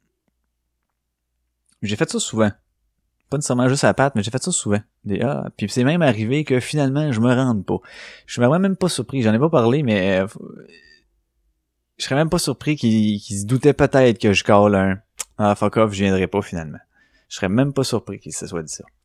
J'ai fait ça souvent. Pas nécessairement juste à la patte, mais j'ai fait ça souvent. Des, ah, puis c'est même arrivé que finalement, je me rende pas. Je suis vraiment même pas surpris. J'en ai pas parlé, mais euh, je serais même pas surpris qu'il, qu'il se doutait peut-être que je cale un « Ah, fuck off, je viendrai pas finalement. » Je serais même pas surpris qu'il se soit dit ça.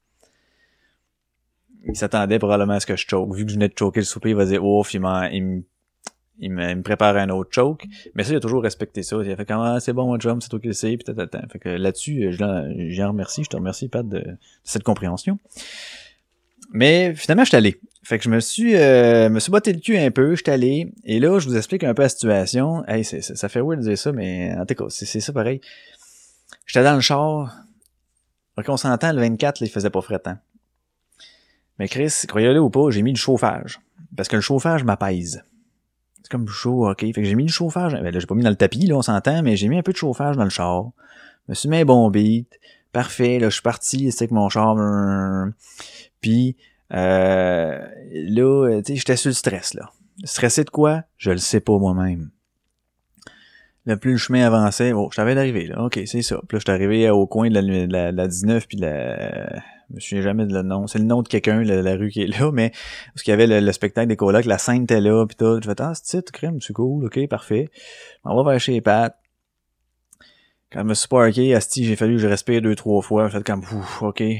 Il s'attendait probablement à ce que je choke. Vu que je venais de choker le souper, il va dire « Ouf, il m'a... Il me, il me, il me prépare un autre choke. » Mais ça, il a toujours respecté ça. Il a fait comme « Ah, c'est bon, mon chum, c'est toi qui le sais. » Puis tata. Fait que là-dessus, je j'en remercie. Je te remercie, Pat, de, de cette compréhension. Mais finalement, je suis allé. Fait que je me suis euh, me suis botté le cul un peu, je suis allé. Et là, je vous explique un peu la situation. Hey, c'est, c'est, ça fait weird de dire ça, mais en tout cas, c'est, c'est ça pareil. J'étais dans le char. Donc on s'entend, le vingt-quatre, là, il faisait pas frais temps. Mais Chris, croyez-le ou pas, j'ai mis le chauffage. Parce que le chauffage m'apaise. C'est comme chaud, ok. Fait que j'ai mis le chauffage. Ben là, j'ai pas mis dans le tapis, là, on s'entend, mais j'ai mis un peu de chauffage dans le char. Je me suis mis un bon beat. Parfait, là, je suis parti, c'était avec mon char. Puis, euh, là, tu sais, j'étais sur le stress, là. Stressé de quoi? Je le sais pas moi-même. Là, plus le chemin avançait, oh, je t'avais d'arriver, là. OK, c'est ça. Puis là, j'étais arrivé au coin de la, de la, de la dix-neuf, puis de la... Je me souviens jamais de le nom. C'est le nom de quelqu'un, la, la rue qui est là, mais parce qu'il y avait le, le spectacle des colocs, la scène était là, puis tout. Je fais, ah, c'est titre, crème, c'est cool, OK, parfait. On va vers chez Pat. Quand je me suis parké, asti, j'ai fallu que je respire deux, trois fois. J'ai fait comme, ouf, OK.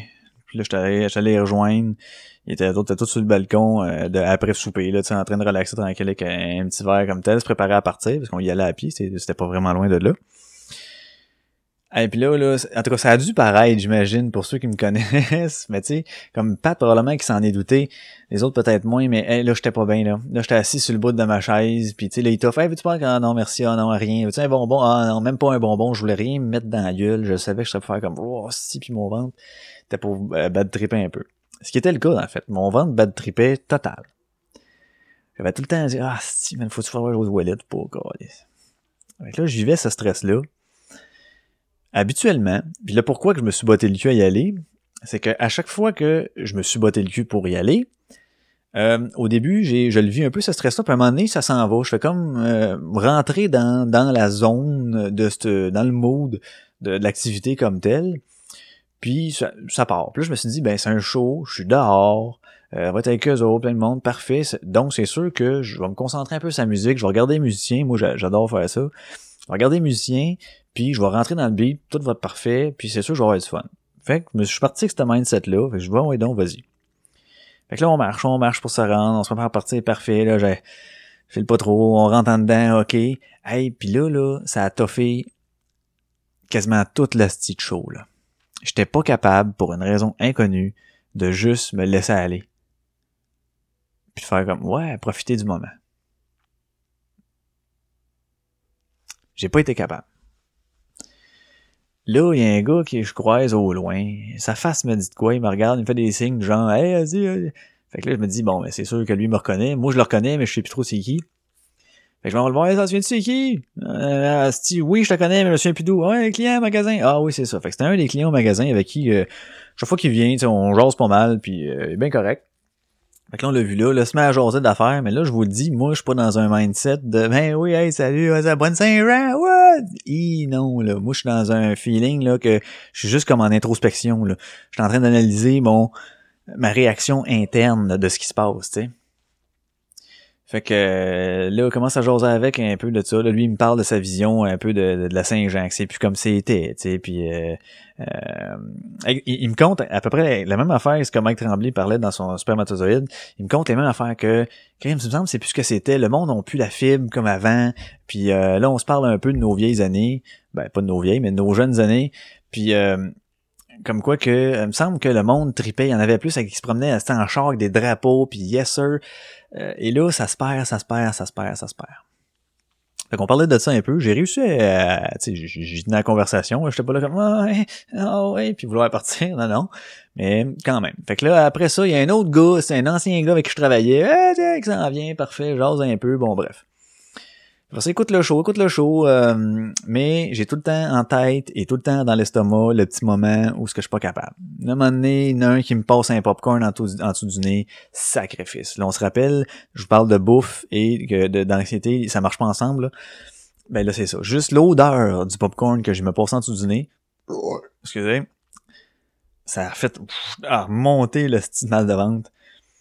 Puis là, j'étais allé, j'étais allé les rejoindre. Ils étaient tous, étaient tous sur le balcon euh, de, après souper, là, tu sais, en train de relaxer tranquille avec un, un petit verre comme tel, se préparer à partir, parce qu'on y allait à pied, c'était, c'était pas vraiment loin de là. Et puis là, là, en tout cas, ça a dû paraître, j'imagine, pour ceux qui me connaissent, mais tu sais, comme Pat, probablement qui s'en est douté, les autres peut-être moins, mais hey, là, j'étais pas bien, là. Là, j'étais assis sur le bout de ma chaise, puis tu sais, là, il t'a fait, hey, veux-tu pas, ah non, merci, ah non, rien, veux-tu un bonbon, ah non, même pas un bonbon, je voulais rien me mettre dans la gueule, je savais que je serais pour faire comme, oh, si, puis mon ventre, c'était pour euh, bad tripper un peu. Ce qui était le cas, en fait, mon ventre bad trippait total. J'avais tout le temps à dire, ah, si, man, faut-tu faire aux toilettes pour coller. Fait que là, je vivais ce stress-là. Habituellement, puis là pourquoi que je me suis botté le cul à y aller, c'est que à chaque fois que je me suis botté le cul pour y aller, euh, au début, j'ai je le vis un peu ce stress-là, puis à un moment donné, ça s'en va. Je fais comme euh, rentrer dans dans la zone de cette, dans le mood de, de l'activité comme telle, puis ça, ça part. Puis là, je me suis dit, ben c'est un show, je suis dehors, euh, on va être avec eux autres, plein de monde, parfait. Donc c'est sûr que je vais me concentrer un peu sur la musique, je vais regarder les musiciens, moi j'adore faire ça. Je vais regarder les musiciens, puis je vais rentrer dans le beat, tout va être parfait, puis c'est sûr que je vais avoir du fun. Fait que je suis parti avec ce mindset-là, fait que je vois, ouais donc, vas-y. Fait que là, on marche, on marche pour se rendre, on se prépare à partir, parfait, là, j'ai, je file pas trop, on rentre en dedans, ok. Hey, puis là, là, ça a toffé quasiment toute la petite show, là. J'étais pas capable, pour une raison inconnue, de juste me laisser aller. Puis de faire comme, ouais, profiter du moment. J'ai pas été capable. Là, il y a un gars qui je croise au loin. Sa face me dit de quoi, il me regarde, il me fait des signes genre « Hey, vas-y, vas-y. » Fait que là, je me dis, bon, ben, c'est sûr que lui me reconnaît. Moi, je le reconnais, mais je sais plus trop c'est qui. Fait que je vais le voir, hey, ça se vient de c'est qui? Euh, oui, je te connais, mais je me souviens plus d'où. Ouais, les clients au magasin. Ah oui, c'est ça. Fait que c'était un des clients au magasin avec qui, euh, chaque fois qu'il vient, on jase pas mal, puis euh, il est bien correct. Fait que là, on l'a vu là, là, se met à jaser d'affaires, mais là, je vous le dis, moi, je suis pas dans un mindset de, ben oui, hey, salut, c'est la bonne Saint-Jean, what? Hi, non, là, moi, je suis dans un feeling, là, que je suis juste comme en introspection, là. Je suis en train d'analyser mon, ma réaction interne, là, de ce qui se passe, tu sais. Fait que euh, là, on commence à jaser avec un peu de ça. Là, lui, il me parle de sa vision un peu de, de, de la Saint-Jean, que c'est plus comme c'était, tu sais. Puis euh, euh, il, il me compte à peu près la même affaire, ce que Mike Tremblay parlait dans son Spermatozoïde. Il me compte les mêmes affaires que, quand il me semble, c'est plus ce que c'était. Le monde n'a plus la fibre comme avant. Puis euh, là, on se parle un peu de nos vieilles années. Ben, pas de nos vieilles, mais de nos jeunes années. Puis euh, comme quoi que, il me semble que le monde tripait. Il y en avait plus qui se promenaient en char avec des drapeaux, puis yes sir. Euh, et là, ça se perd, ça se perd, ça se perd, ça se perd. Fait qu'on parlait de ça un peu. J'ai réussi à, tu sais, j'ai tenu la conversation. J'étais pas là comme, ah ouais, ah ouais, puis vouloir partir. Non, non. Mais quand même. Fait que là, après ça, il y a un autre gars, c'est un ancien gars avec qui je travaillais. Ah, tiens, ça en vient, parfait, j'ose un peu, bon, bref. Après ça, écoute le show, écoute le show, euh, mais j'ai tout le temps en tête et tout le temps dans l'estomac le petit moment où ce que je suis pas capable. À un moment donné, il y en a un qui me passe un popcorn en, tout, en dessous du nez, sacrifice. Là, on se rappelle, je vous parle de bouffe et que de, d'anxiété, ça marche pas ensemble. Là. Ben là, c'est ça. Juste l'odeur du popcorn que je me passe en dessous du nez, excusez, ça a fait pff, a remonté le style mal de ventre.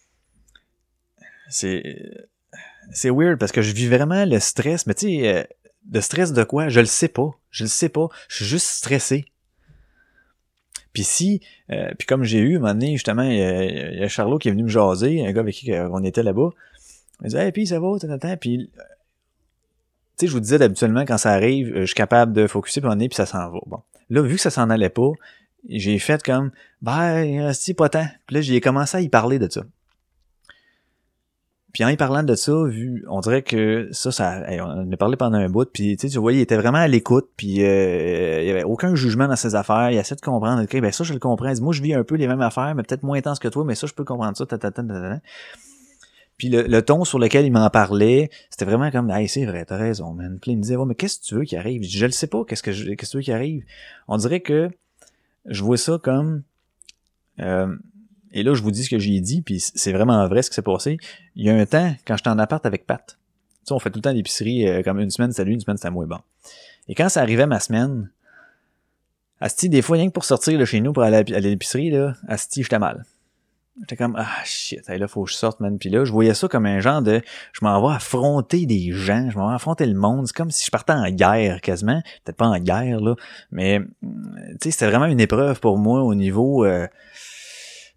C'est... C'est weird parce que je vis vraiment le stress, mais tu sais, euh, le stress de quoi? Je le sais pas. Je le sais pas. Je suis juste stressé. Puis si, euh, puis comme j'ai eu, un moment donné, justement, il y, a, il y a Charlot qui est venu me jaser, un gars avec qui on était là-bas. Il me dit, hey, puis ça va, t'attends, puis tu sais, je vous disais d'habituellement, quand ça arrive, je suis capable de focusser, puis on est, puis ça s'en va. Bon. Là, vu que ça s'en allait pas, j'ai fait comme, ben, si, pas tant. Puis là, j'ai commencé à y parler de ça. Puis en y parlant de ça, vu, on dirait que ça, ça, hey, on en a parlé pendant un bout, puis tu sais, tu voyais, il était vraiment à l'écoute, puis euh, il y avait aucun jugement dans ses affaires, il essaie de comprendre, ok, ben ça, je le comprends, il dit, moi, je vis un peu les mêmes affaires, mais peut-être moins intense que toi, mais ça, je peux comprendre ça, tatata, tatata. Puis le, le ton sur lequel il m'en parlait, c'était vraiment comme, hey, c'est vrai, t'as raison, man. Puis il me disait, ouais, mais qu'est-ce que tu veux qui arrive? Je dis, je le sais pas, qu'est-ce que je, qu'est-ce que tu veux qui arrive? On dirait que je vois ça comme, euh, et là, je vous dis ce que j'ai dit, puis c'est vraiment vrai ce qui s'est passé. Il y a un temps, quand j'étais en appart avec Pat, tu sais, on fait tout le temps l'épicerie, euh, comme une semaine, c'était lui, une semaine, c'était moi, bon. Et quand ça arrivait ma semaine, asti, des fois, rien que pour sortir de chez nous pour aller à l'épicerie, là, asti, j'étais mal. J'étais comme, ah, shit, là, faut que je sorte, man. Puis là, je voyais ça comme un genre de, je m'en vais affronter des gens, je m'en vais affronter le monde. C'est comme si je partais en guerre, quasiment. Peut-être pas en guerre, là, mais, tu sais, c'était vraiment une épreuve pour moi au niveau... Euh,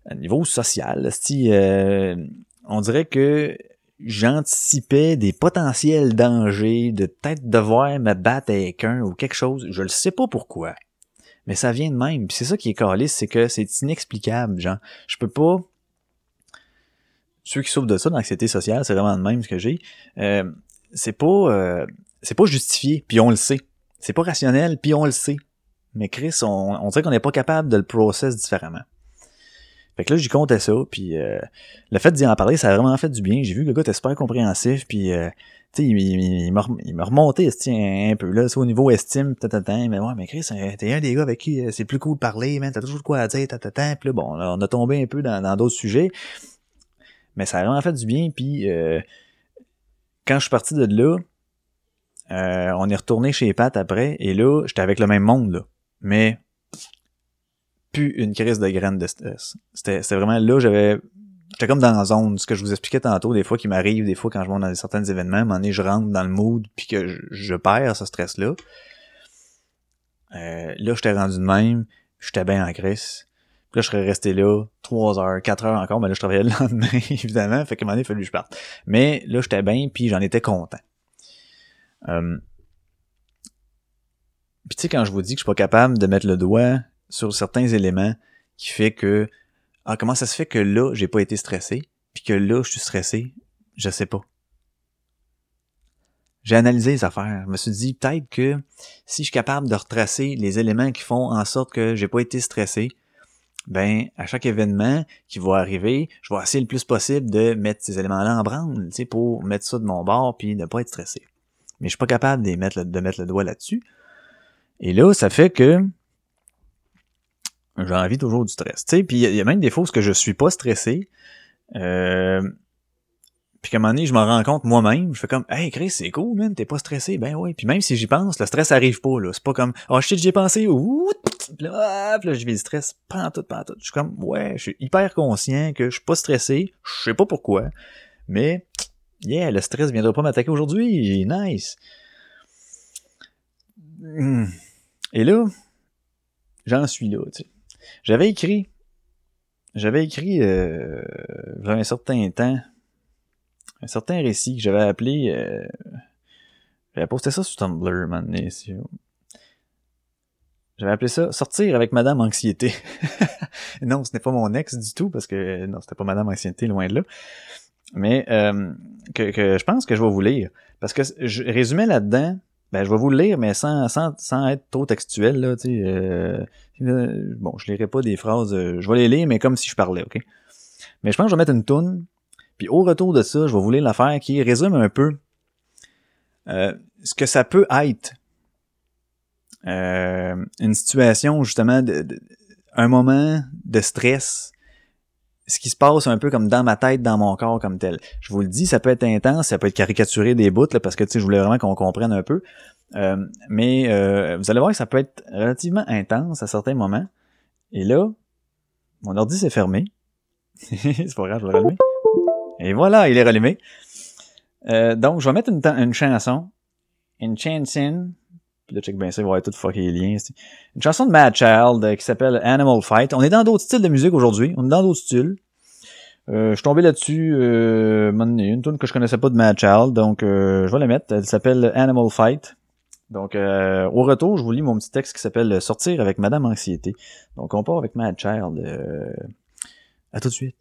à niveau social, c'ti, euh, on dirait que j'anticipais des potentiels dangers, de peut-être devoir me battre avec un ou quelque chose. Je le sais pas pourquoi. Mais ça vient de même. Puis c'est ça qui est caliste, c'est que c'est inexplicable, genre. Je peux pas... Ceux qui souffrent de ça, d'anxiété sociale, c'est vraiment de même ce que j'ai. Euh, c'est pas... Euh, c'est pas justifié, puis on le sait. C'est pas rationnel, puis on le sait. Mais Chris, on, on dirait qu'on n'est pas capable de le process différemment. Fait que là, j'y comptais ça, puis euh, le fait d'y en parler, ça a vraiment fait du bien. J'ai vu que le gars était super compréhensif, puis euh, tu sais, il, il, il m'a il m'a remonté un, un peu là, au niveau estime, tatatan, mais ouais, mais Chris, t'es un des gars avec qui c'est plus cool de parler, man, t'as toujours de quoi à dire, tatatan, puis là, bon, là, on a tombé un peu dans, dans d'autres sujets, mais ça a vraiment fait du bien, puis euh, quand je suis parti de là, euh, on est retourné chez Pat après, et là, j'étais avec le même monde, là, mais plus une crise de graines de stress. C'était, c'était vraiment là, j'avais, j'étais comme dans la zone, ce que je vous expliquais tantôt, des fois qui m'arrive, des fois quand je vais dans certains événements, à un moment donné, je rentre dans le mood puis que je, je perds ce stress-là. Euh, là, j'étais rendu de même, j'étais bien en crise. Puis là, je serais resté là trois heures, quatre heures encore, mais là, je travaillais le lendemain, évidemment, fait qu'à un moment donné, il fallait que je parte. Mais là, j'étais bien, puis j'en étais content. Euh... Puis tu sais, quand je vous dis que je suis pas capable de mettre le doigt sur certains éléments qui fait que ah comment ça se fait que là j'ai pas été stressé puis que là je suis stressé, je sais pas. J'ai analysé les affaires, je me suis dit peut-être que si je suis capable de retracer les éléments qui font en sorte que j'ai pas été stressé, ben à chaque événement qui va arriver, je vais essayer le plus possible de mettre ces éléments-là en branle, tu sais, pour mettre ça de mon bord puis ne pas être stressé. Mais je suis pas capable de mettre le, de mettre le doigt là-dessus. Et là, ça fait que j'ai envie toujours du stress, tu sais, puis il y a même des fois où que je suis pas stressé, euh, puis qu'à un moment donné, je me rends compte moi-même, je fais comme « Hey Chris, c'est cool, man, t'es pas stressé, ben ouais », puis même si j'y pense, le stress arrive pas, là, c'est pas comme « Oh shit, j'y ai pensé, ouh », pis là, pis là, je vis le stress, pantoute, pantoute, je suis comme « Ouais, je suis hyper conscient que je suis pas stressé, je sais pas pourquoi, mais, yeah, le stress viendra pas m'attaquer aujourd'hui, nice ». Et là, j'en suis là, tu sais. J'avais écrit, j'avais écrit euh, il y a un certain temps, un certain récit que j'avais appelé, euh, j'avais posté ça sur Tumblr, man, ici. J'avais appelé ça « Sortir avec Madame Anxiété ». Non, ce n'est pas mon ex du tout, parce que non, c'était pas Madame Anxiété, loin de là. Mais euh, que, que je pense que je vais vous lire, parce que je résumais là-dedans. Ben, je vais vous le lire, mais sans, sans, sans être trop textuel, là, tu sais, euh, bon, je lirai pas des phrases, euh, je vais les lire, mais comme si je parlais, ok? Mais je pense que je vais mettre une toune, puis au retour de ça, je vais vous lire l'affaire qui résume un peu, euh, ce que ça peut être, euh, une situation, justement, de, de, un moment de stress, ce qui se passe un peu comme dans ma tête, dans mon corps comme tel. Je vous le dis, ça peut être intense, ça peut être caricaturé des bouts, là, parce que tu sais, je voulais vraiment qu'on comprenne un peu. Euh, mais euh, vous allez voir que ça peut être relativement intense à certains moments. Et là, mon ordi s'est fermé. C'est pas grave, je vais le rallumer. Et voilà, il est rallumé. Euh, donc, je vais mettre une, une chanson. Une chanson. Puis là, check bien ça, il va y avoir tout fucké les liens. C'est une chanson de Mad Child euh, qui s'appelle Animal Fight. On est dans d'autres styles de musique aujourd'hui. On est dans d'autres styles. Euh, je suis tombé là-dessus, euh, une tune que je connaissais pas de Mad Child, donc euh, je vais la mettre. Elle s'appelle Animal Fight. Donc, euh, au retour, je vous lis mon petit texte qui s'appelle Sortir avec Madame Anxiété. Donc, on part avec Mad Child. Euh, à tout de suite.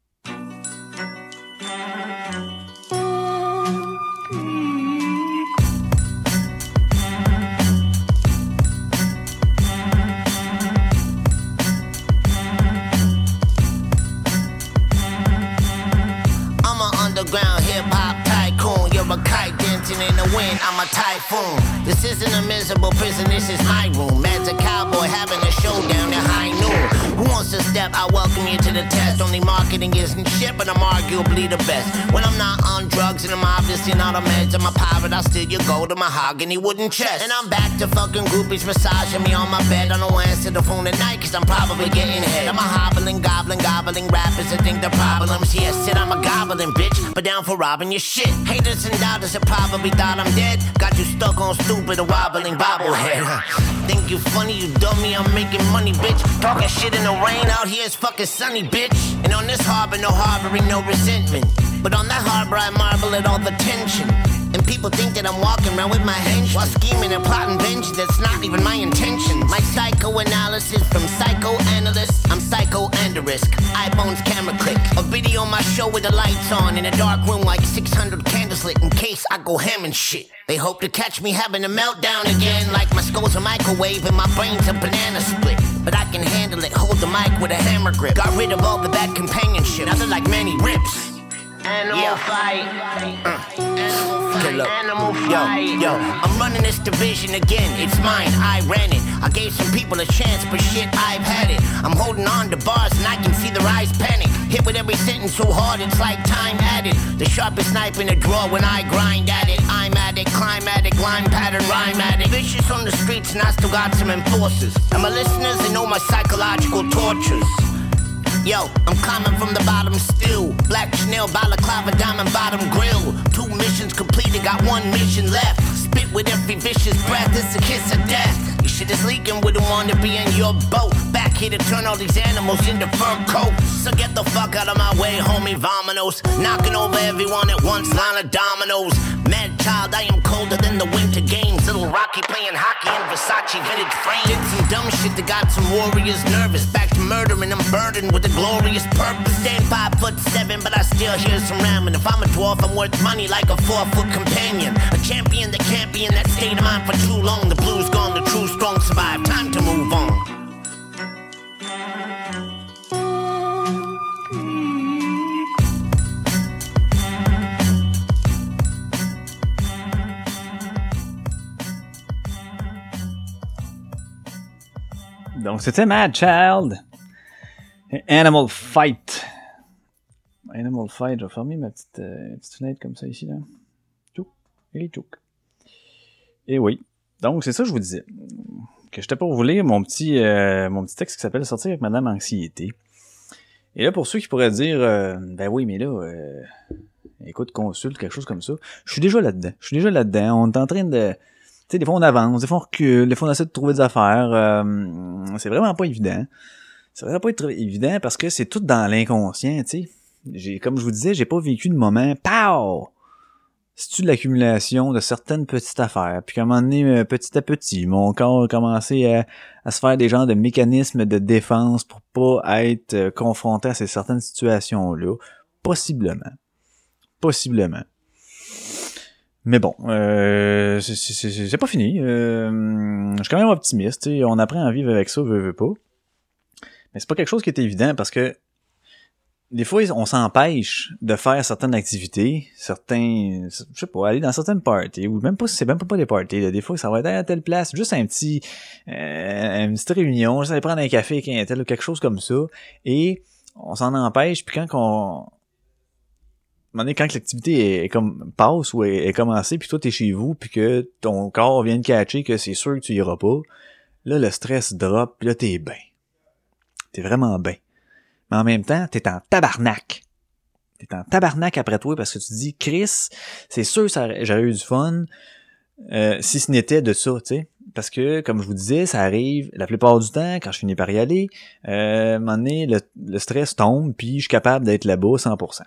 In the wind, I'm a typhoon. This isn't a miserable prison, this is my room. Man's a cowboy having a showdown at high noon. Who wants to step? I welcome you to the test. Only marketing isn't shit, but I'm arguably the best. When I'm not on drugs and I'm obviously not on meds, I'm a pirate, I'll steal your gold to mahogany wooden chest. And I'm back to fucking groupies massaging me on my bed. I don't answer the phone at night, cause I'm probably getting head. I'm a hobbling, gobbling, gobbling rappers that think the problems. Yes, shit, I'm a gobbling bitch, but down for robbing your shit. Haters and doubters are probably probably thought I'm dead. Got you stuck on stupid, a wobbling bobblehead. Think you funny, you dummy, I'm making money, bitch. Talking shit in the rain, out here it's fucking sunny, bitch. And on this harbor, no harboring, no resentment. But on that harbor, I marvel at all the tension. And people think that I'm walking around with my hench while scheming and plotting vengeance. That's not even my intention. My psychoanalysis from psychoanalyst. I'm psycho and a risk. iPhone's camera click. A video on my show with the lights on in a dark room like six hundred candles lit in case I go ham and shit. They hope to catch me having a meltdown again, like my skull's a microwave and my brain's a banana split. But I can handle it, hold the mic with a hammer grip. Got rid of all the bad companionship. Now they're like Manny Rips. Animal yeah. fight. Uh. Animal fight. Animal fight. Yo, yo, I'm running this division again. It's mine. I ran it. I gave some people a chance, but shit, I've had it. I'm holding on to bars and I can see their eyes panic. Hit with every sentence so hard it's like time added. The sharpest knife in the drawer when I grind at it. I'm at it, climb at it, line pattern, rhyme at it. Vicious on the streets and I still got some enforcers. And my listeners, they know my psychological tortures. Yo, I'm climbing from the bottom still. Black Chanel, balaclava, diamond bottom grill. Two missions completed, got one mission left. Spit with every vicious breath, it's a kiss of death. Your shit is leaking, wouldn't want to be in your boat. Back here to turn all these animals into fur coats. So get the fuck out of my way, homie, vominos. Knocking over everyone at once, line of dominoes. Mad child, I am colder than the winter games. Little Rocky playing hockey in Versace vintage frames. Did some dumb shit that got some warriors nervous. Back to murdering, I'm burdened with a glorious purpose. Stand five foot seven, but I still hear some ramming. If I'm a dwarf, I'm worth money like a four foot companion. A champion that can't be in that state of mind for too long. The blues gone, the true strong survive. Time to move on. Donc, c'était Mad Child. Animal Fight. Animal Fight. Je vais fermer ma petite, euh, petite fenêtre comme ça ici, là. Tchouk. Et tchouk. Et oui. Donc, c'est ça que je vous disais. Que j'étais pour vous lire mon petit, euh, mon petit texte qui s'appelle « Sortir avec Madame Anxiété ». Et là, pour ceux qui pourraient dire, euh, ben oui, mais là, euh, écoute, consulte, quelque chose comme ça. Je suis déjà là-dedans. Je suis déjà là-dedans. On est en train de... Tu sais, des fois on avance, des fois on recule, des fois on essaie de trouver des affaires. Euh, c'est vraiment pas évident. C'est vraiment pas être évident parce que c'est tout dans l'inconscient, tu sais. J'ai, comme je vous disais, j'ai pas vécu de moment, pow! C'est-tu de l'accumulation de certaines petites affaires. Puis qu'à un moment donné, petit à petit, mon corps a commencé à, à se faire des genres de mécanismes de défense pour pas être confronté à ces certaines situations-là. Possiblement. Possiblement. Mais bon, euh, c'est, c'est, c'est, c'est pas fini. Euh, je suis quand même optimiste. T'sais, on apprend à vivre avec ça, veut, veut pas. Mais c'est pas quelque chose qui est évident parce que des fois, on s'empêche de faire certaines activités, certains, je sais pas, aller dans certaines parties, ou même pas, c'est même pas des parties, là. Des fois, ça va être à telle place, juste un petit, euh, une petite réunion, juste aller prendre un café avec un tel ou quelque chose comme ça, et on s'en empêche, puis quand qu'on, quand l'activité est, est comme passe ou est, est commencée, puis toi t'es chez vous, puis que ton corps vient de catcher que c'est sûr que tu iras pas, là le stress drop, puis là t'es bien. T'es vraiment bien. Mais en même temps, t'es en tabarnak. T'es en tabarnak après toi parce que tu te dis, Chris, c'est sûr ça, j'aurais eu du fun euh, si ce n'était de ça, tu sais. Parce que, comme je vous disais, ça arrive la plupart du temps, quand je finis par y aller, euh, à un moment donné, le, le stress tombe, puis je suis capable d'être là-bas cent pour cent.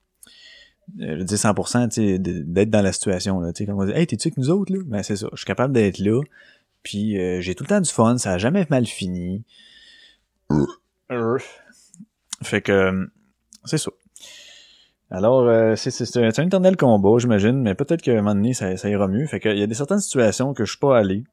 Je dis cent pour cent, tu sais, d'être dans la situation, là, tu sais, comme on dit, hey, t'es-tu avec nous autres, là? Ben, c'est ça, je suis capable d'être là, puis euh, j'ai tout le temps du fun, ça a jamais mal fini. Fait que, c'est ça. Alors, euh, c'est, c'est, c'est un éternel combat, j'imagine, mais peut-être qu'à un moment donné, ça, ça ira mieux. Fait qu'il y a des certaines situations que je suis pas allé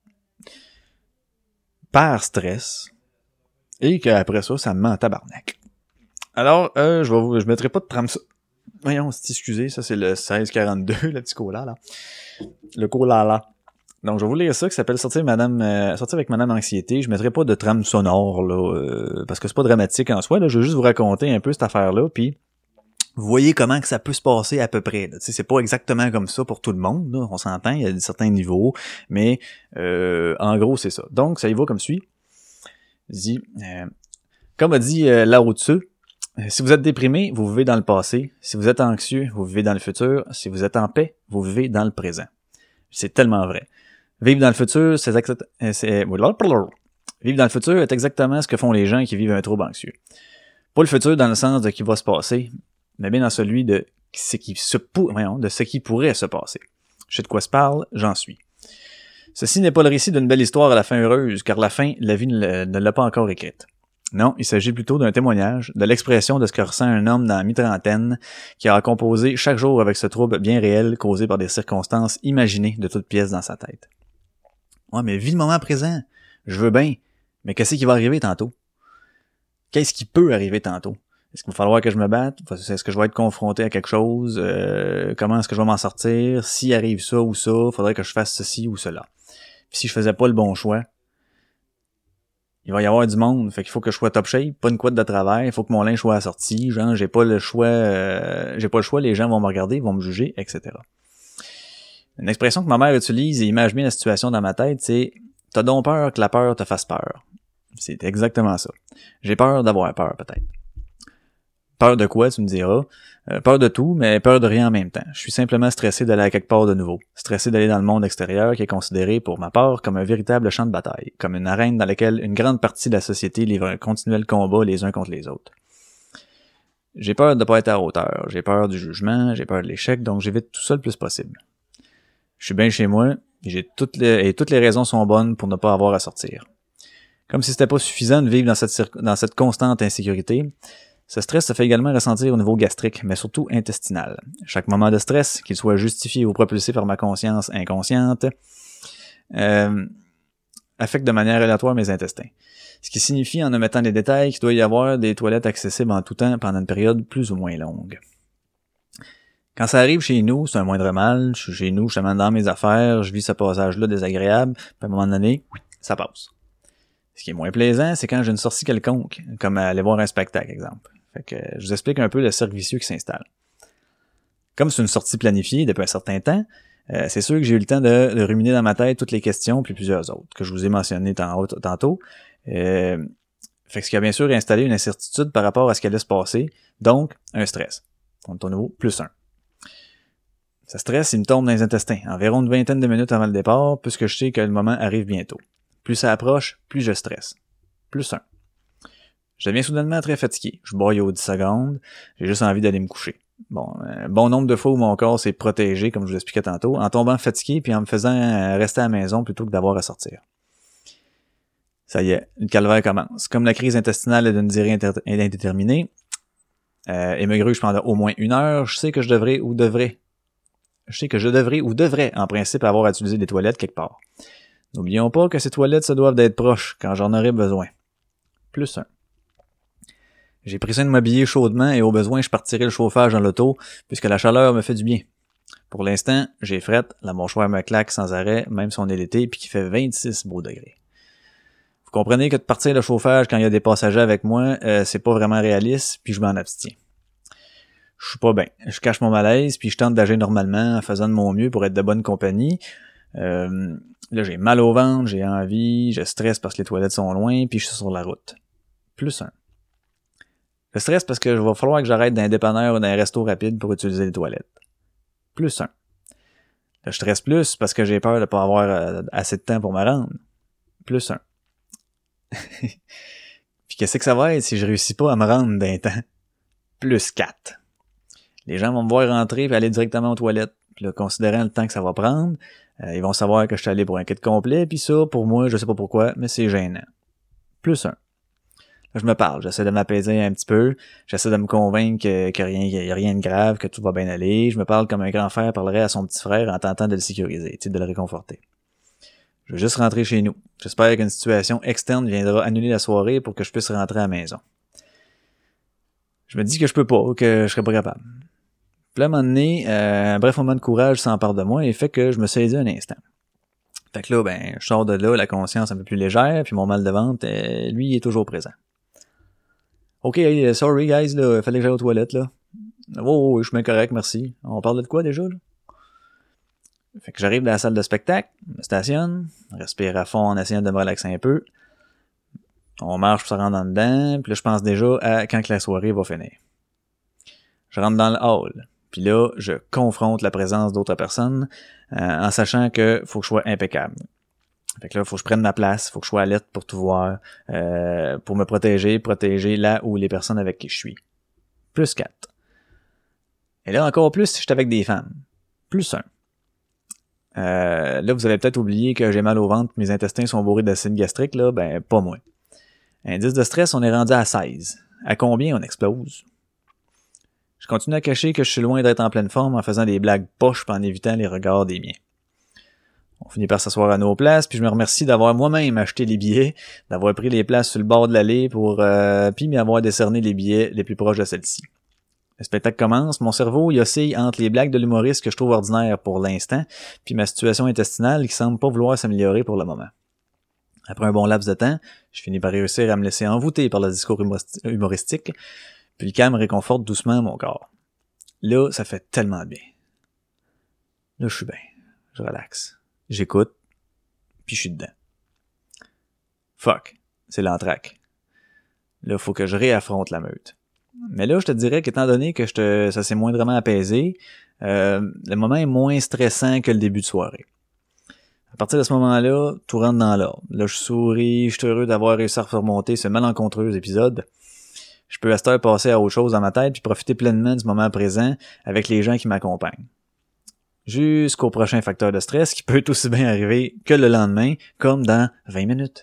par stress, et qu'après ça, ça me met en tabarnak. Alors, euh, je vais vous, je mettrai pas de trame ça. Voyons, c'est excusez, ça c'est le seize quarante-deux, le petit cola là. Le cola là. Donc je vais vous lire ça qui s'appelle Sortir Madame euh, Sortir avec Madame Anxiété. Je mettrai pas de trame sonore là, euh, parce que c'est pas dramatique en soi. Là, je vais juste vous raconter un peu cette affaire-là, puis vous voyez comment que ça peut se passer à peu près. Là. C'est pas exactement comme ça pour tout le monde. Là. On s'entend, il y a certains niveaux, mais euh, en gros c'est ça. Donc ça y va comme suit. Dit, euh, comme a dit euh, Lao Tzu, Si vous êtes déprimé, vous vivez dans le passé. Si vous êtes anxieux, vous vivez dans le futur. Si vous êtes en paix, vous vivez dans le présent. C'est tellement vrai. Vivre dans le futur, c'est exact... c'est... Vivre dans le futur est exactement ce que font les gens qui vivent un trouble anxieux. Pas le futur dans le sens de ce qui va se passer, mais bien dans celui de ce qui se pour... de ce qui pourrait se passer. Je sais de quoi se parle, j'en suis. Ceci n'est pas le récit d'une belle histoire à la fin heureuse, car la fin, la vie ne l'a pas encore écrite. Non, il s'agit plutôt d'un témoignage, de l'expression de ce que ressent un homme dans la mi-trentaine qui a composé chaque jour avec ce trouble bien réel causé par des circonstances imaginées de toutes pièces dans sa tête. Ouais, mais vis le moment présent. Je veux bien, mais qu'est-ce qui va arriver tantôt? Qu'est-ce qui peut arriver tantôt? Est-ce qu'il va falloir que je me batte? Est-ce que je vais être confronté à quelque chose? Euh, comment est-ce que je vais m'en sortir? S'il arrive ça ou ça, il faudrait que je fasse ceci ou cela. Puis si je faisais pas le bon choix, il va y avoir du monde, fait qu'il faut que je sois top shape, pas une couette de travail, il faut que mon linge soit assorti, genre j'ai pas le choix, euh, j'ai pas le choix, les gens vont me regarder, vont me juger, et cetera. Une expression que ma mère utilise et image bien la situation dans ma tête, c'est « T'as donc peur que la peur te fasse peur ». C'est exactement ça. J'ai peur d'avoir peur, peut-être. Peur de quoi, tu me diras? Euh, peur de tout, mais peur de rien en même temps. Je suis simplement stressé d'aller à quelque part de nouveau. Stressé d'aller dans le monde extérieur qui est considéré, pour ma part, comme un véritable champ de bataille. Comme une arène dans laquelle une grande partie de la société livre un continuel combat les uns contre les autres. J'ai peur de pas être à la hauteur. J'ai peur du jugement, j'ai peur de l'échec, donc j'évite tout ça le plus possible. Je suis bien chez moi, et, j'ai toutes les, et toutes les raisons sont bonnes pour ne pas avoir à sortir. Comme si c'était pas suffisant de vivre dans cette, cir- dans cette constante insécurité, ce stress se fait également ressentir au niveau gastrique, mais surtout intestinal. Chaque moment de stress, qu'il soit justifié ou propulsé par ma conscience inconsciente, euh, affecte de manière aléatoire mes intestins. Ce qui signifie, en omettant les détails, qu'il doit y avoir des toilettes accessibles en tout temps pendant une période plus ou moins longue. Quand ça arrive chez nous, c'est un moindre mal. Je suis chez nous, je suis dans mes affaires, je vis ce passage-là désagréable, puis à un moment donné, ça passe. Ce qui est moins plaisant, c'est quand j'ai une sortie quelconque, comme aller voir un spectacle, exemple. Fait que je vous explique un peu le cercle vicieux qui s'installe. Comme c'est une sortie planifiée depuis un certain temps, euh, c'est sûr que j'ai eu le temps de, de ruminer dans ma tête toutes les questions puis plusieurs autres que je vous ai mentionnées tantôt. Euh, fait que ce qui a bien sûr installé une incertitude par rapport à ce qui allait se passer, donc un stress. On est au niveau plus un. Ce stress, il me tombe dans les intestins, environ une vingtaine de minutes avant le départ, puisque je sais que le moment arrive bientôt. Plus ça approche, plus je stresse. Plus un. Je deviens soudainement très fatigué. Je broille aux dix secondes. J'ai juste envie d'aller me coucher. Bon, un bon nombre de fois où mon corps s'est protégé, comme je vous l'expliquais tantôt, en tombant fatigué puis en me faisant rester à la maison plutôt que d'avoir à sortir. Ça y est, le calvaire commence. Comme la crise intestinale est d'une durée inter- indéterminée, euh, et me gruge pendant au moins une heure, je sais que je devrais ou devrais. Je sais que je devrais ou devrais, en principe, avoir à utiliser des toilettes quelque part. N'oublions pas que ces toilettes se doivent d'être proches quand j'en aurai besoin. Plus un. J'ai pris soin de m'habiller chaudement et au besoin, je partirai le chauffage dans l'auto puisque la chaleur me fait du bien. Pour l'instant, j'ai frette, la mâchoire me claque sans arrêt, même si on est l'été puis qu'il fait vingt-six beaux degrés. Vous comprenez que de partir le chauffage quand il y a des passagers avec moi, euh, c'est pas vraiment réaliste puis je m'en abstiens. Je suis pas bien. Je cache mon malaise puis je tente d'agir normalement en faisant de mon mieux pour être de bonne compagnie. Euh, là, j'ai mal au ventre, j'ai envie, je stresse parce que les toilettes sont loin puis je suis sur la route. Plus un. Je stresse parce que il va falloir que j'arrête d'un dépanneur ou d'un resto rapide pour utiliser les toilettes. Plus un. Je stresse plus parce que j'ai peur de pas avoir euh, assez de temps pour me rendre. Plus un. Puis qu'est-ce que ça va être si je réussis pas à me rendre d'un temps? Plus quatre. Les gens vont me voir rentrer et aller directement aux toilettes. Puis là, considérant le temps que ça va prendre, euh, ils vont savoir que je suis allé pour un kit complet, puis ça, pour moi, je sais pas pourquoi, mais c'est gênant. Plus un. Là, je me parle, j'essaie de m'apaiser un petit peu, j'essaie de me convaincre que, que rien, qu'il y a rien de grave, que tout va bien aller. Je me parle comme un grand frère parlerait à son petit frère en tentant de le sécuriser, tu sais, de le réconforter. Je veux juste rentrer chez nous. J'espère qu'une situation externe viendra annuler la soirée pour que je puisse rentrer à la maison. Je me dis que je peux pas, que je serais pas capable. Puis là, à un moment donné, euh, un bref moment de courage s'empare de moi et fait que je me saisis un instant. Fait que là, ben, je sors de là, la conscience un peu plus légère, puis mon mal de ventre, euh, lui, il est toujours présent. Ok, sorry guys, là, fallait que j'aille aux toilettes, là. Oh, oh, je suis bien correct, merci. On parle de quoi déjà, là? Fait que j'arrive dans la salle de spectacle, me stationne, respire à fond en essayant de me relaxer un peu. On marche pour se rendre en dedans, puis là, je pense déjà à quand que la soirée va finir. Je rentre dans le hall, puis là, je confronte la présence d'autres personnes euh, en sachant que faut que je sois impeccable. Fait que là, faut que je prenne ma place, faut que je sois alerte pour tout voir, euh, pour me protéger, protéger là où les personnes avec qui je suis. Plus quatre. Et là, encore plus si je suis avec des femmes. Plus un. Euh, là, vous avez peut-être oublié que j'ai mal au ventre, mes intestins sont bourrés d'acide gastrique, là, ben, pas moi. Indice de stress, on est rendu à seize. À combien on explose? Je continue à cacher que je suis loin d'être en pleine forme en faisant des blagues poches et en évitant les regards des miens. On finit par s'asseoir à nos places, puis je me remercie d'avoir moi-même acheté les billets, d'avoir pris les places sur le bord de l'allée pour euh, puis m'y avoir décerné les billets les plus proches de celle-ci. Le spectacle commence, mon cerveau il oscille entre les blagues de l'humoriste que je trouve ordinaires pour l'instant, puis ma situation intestinale qui semble pas vouloir s'améliorer pour le moment. Après un bon laps de temps, je finis par réussir à me laisser envoûter par le discours humoristique, puis le calme réconforte doucement mon corps. Là, ça fait tellement de bien. Là, je suis bien. Je relaxe. J'écoute, puis je suis dedans. Fuck, c'est l'entraque. Là, faut que je réaffronte la meute. Mais là, je te dirais qu'étant donné que je te, ça s'est moindrement apaisé, euh, le moment est moins stressant que le début de soirée. À partir de ce moment-là, tout rentre dans l'ordre. Là, je souris, je suis heureux d'avoir réussi à remonter ce malencontreux épisode. Je peux à cette heure passer à autre chose dans ma tête puis profiter pleinement du moment présent avec les gens qui m'accompagnent. Jusqu'au prochain facteur de stress qui peut aussi bien arriver que le lendemain, comme dans vingt minutes.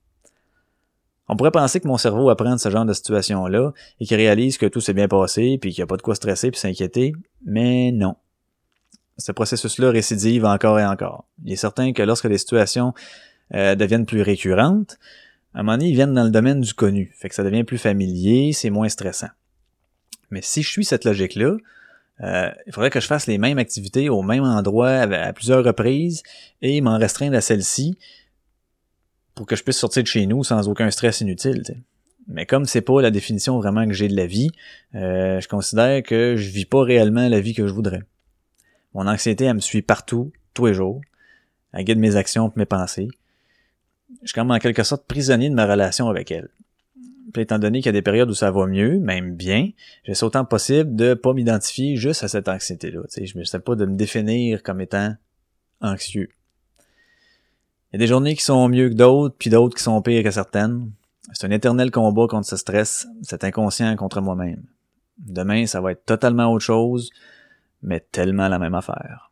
On pourrait penser que mon cerveau apprend de ce genre de situation-là et qu'il réalise que tout s'est bien passé puis qu'il n'y a pas de quoi stresser puis s'inquiéter, mais non. Ce processus-là récidive encore et encore. Il est certain que lorsque les situations euh, deviennent plus récurrentes, à un moment donné, ils viennent dans le domaine du connu, fait que ça devient plus familier, c'est moins stressant. Mais si je suis cette logique-là, Euh, il faudrait que je fasse les mêmes activités au même endroit à, à plusieurs reprises et m'en restreindre à celle-ci pour que je puisse sortir de chez nous sans aucun stress inutile. T'sais. Mais comme c'est pas la définition vraiment que j'ai de la vie, euh, je considère que je vis pas réellement la vie que je voudrais. Mon anxiété, elle me suit partout, tous les jours. Elle guide mes actions et mes pensées. Je suis comme en quelque sorte prisonnier de ma relation avec elle. Puis étant donné qu'il y a des périodes où ça va mieux, même bien, j'essaie autant possible de pas m'identifier juste à cette anxiété-là. T'sais, je ne sais pas de me définir comme étant anxieux. Il y a des journées qui sont mieux que d'autres, puis d'autres qui sont pires que certaines. C'est un éternel combat contre ce stress, cet inconscient contre moi-même. Demain, ça va être totalement autre chose, mais tellement la même affaire.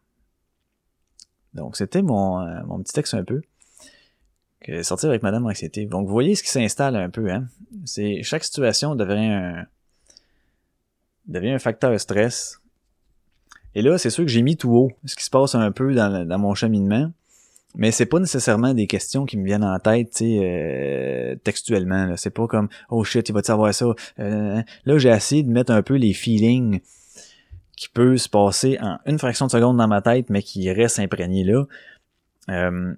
Donc, c'était mon, euh, mon petit texte un peu. Que sortir avec Madame Anxiété. Donc, vous voyez ce qui s'installe un peu, hein. C'est, chaque situation devient un, devient un facteur stress. Et là, c'est sûr que j'ai mis tout haut ce qui se passe un peu dans, dans mon cheminement. Mais c'est pas nécessairement des questions qui me viennent en tête, tu sais, euh, textuellement, là. C'est pas comme, oh shit, il va-tu savoir ça? Euh, là, j'ai essayé de mettre un peu les feelings qui peuvent se passer en une fraction de seconde dans ma tête, mais qui restent imprégnés là. Euh,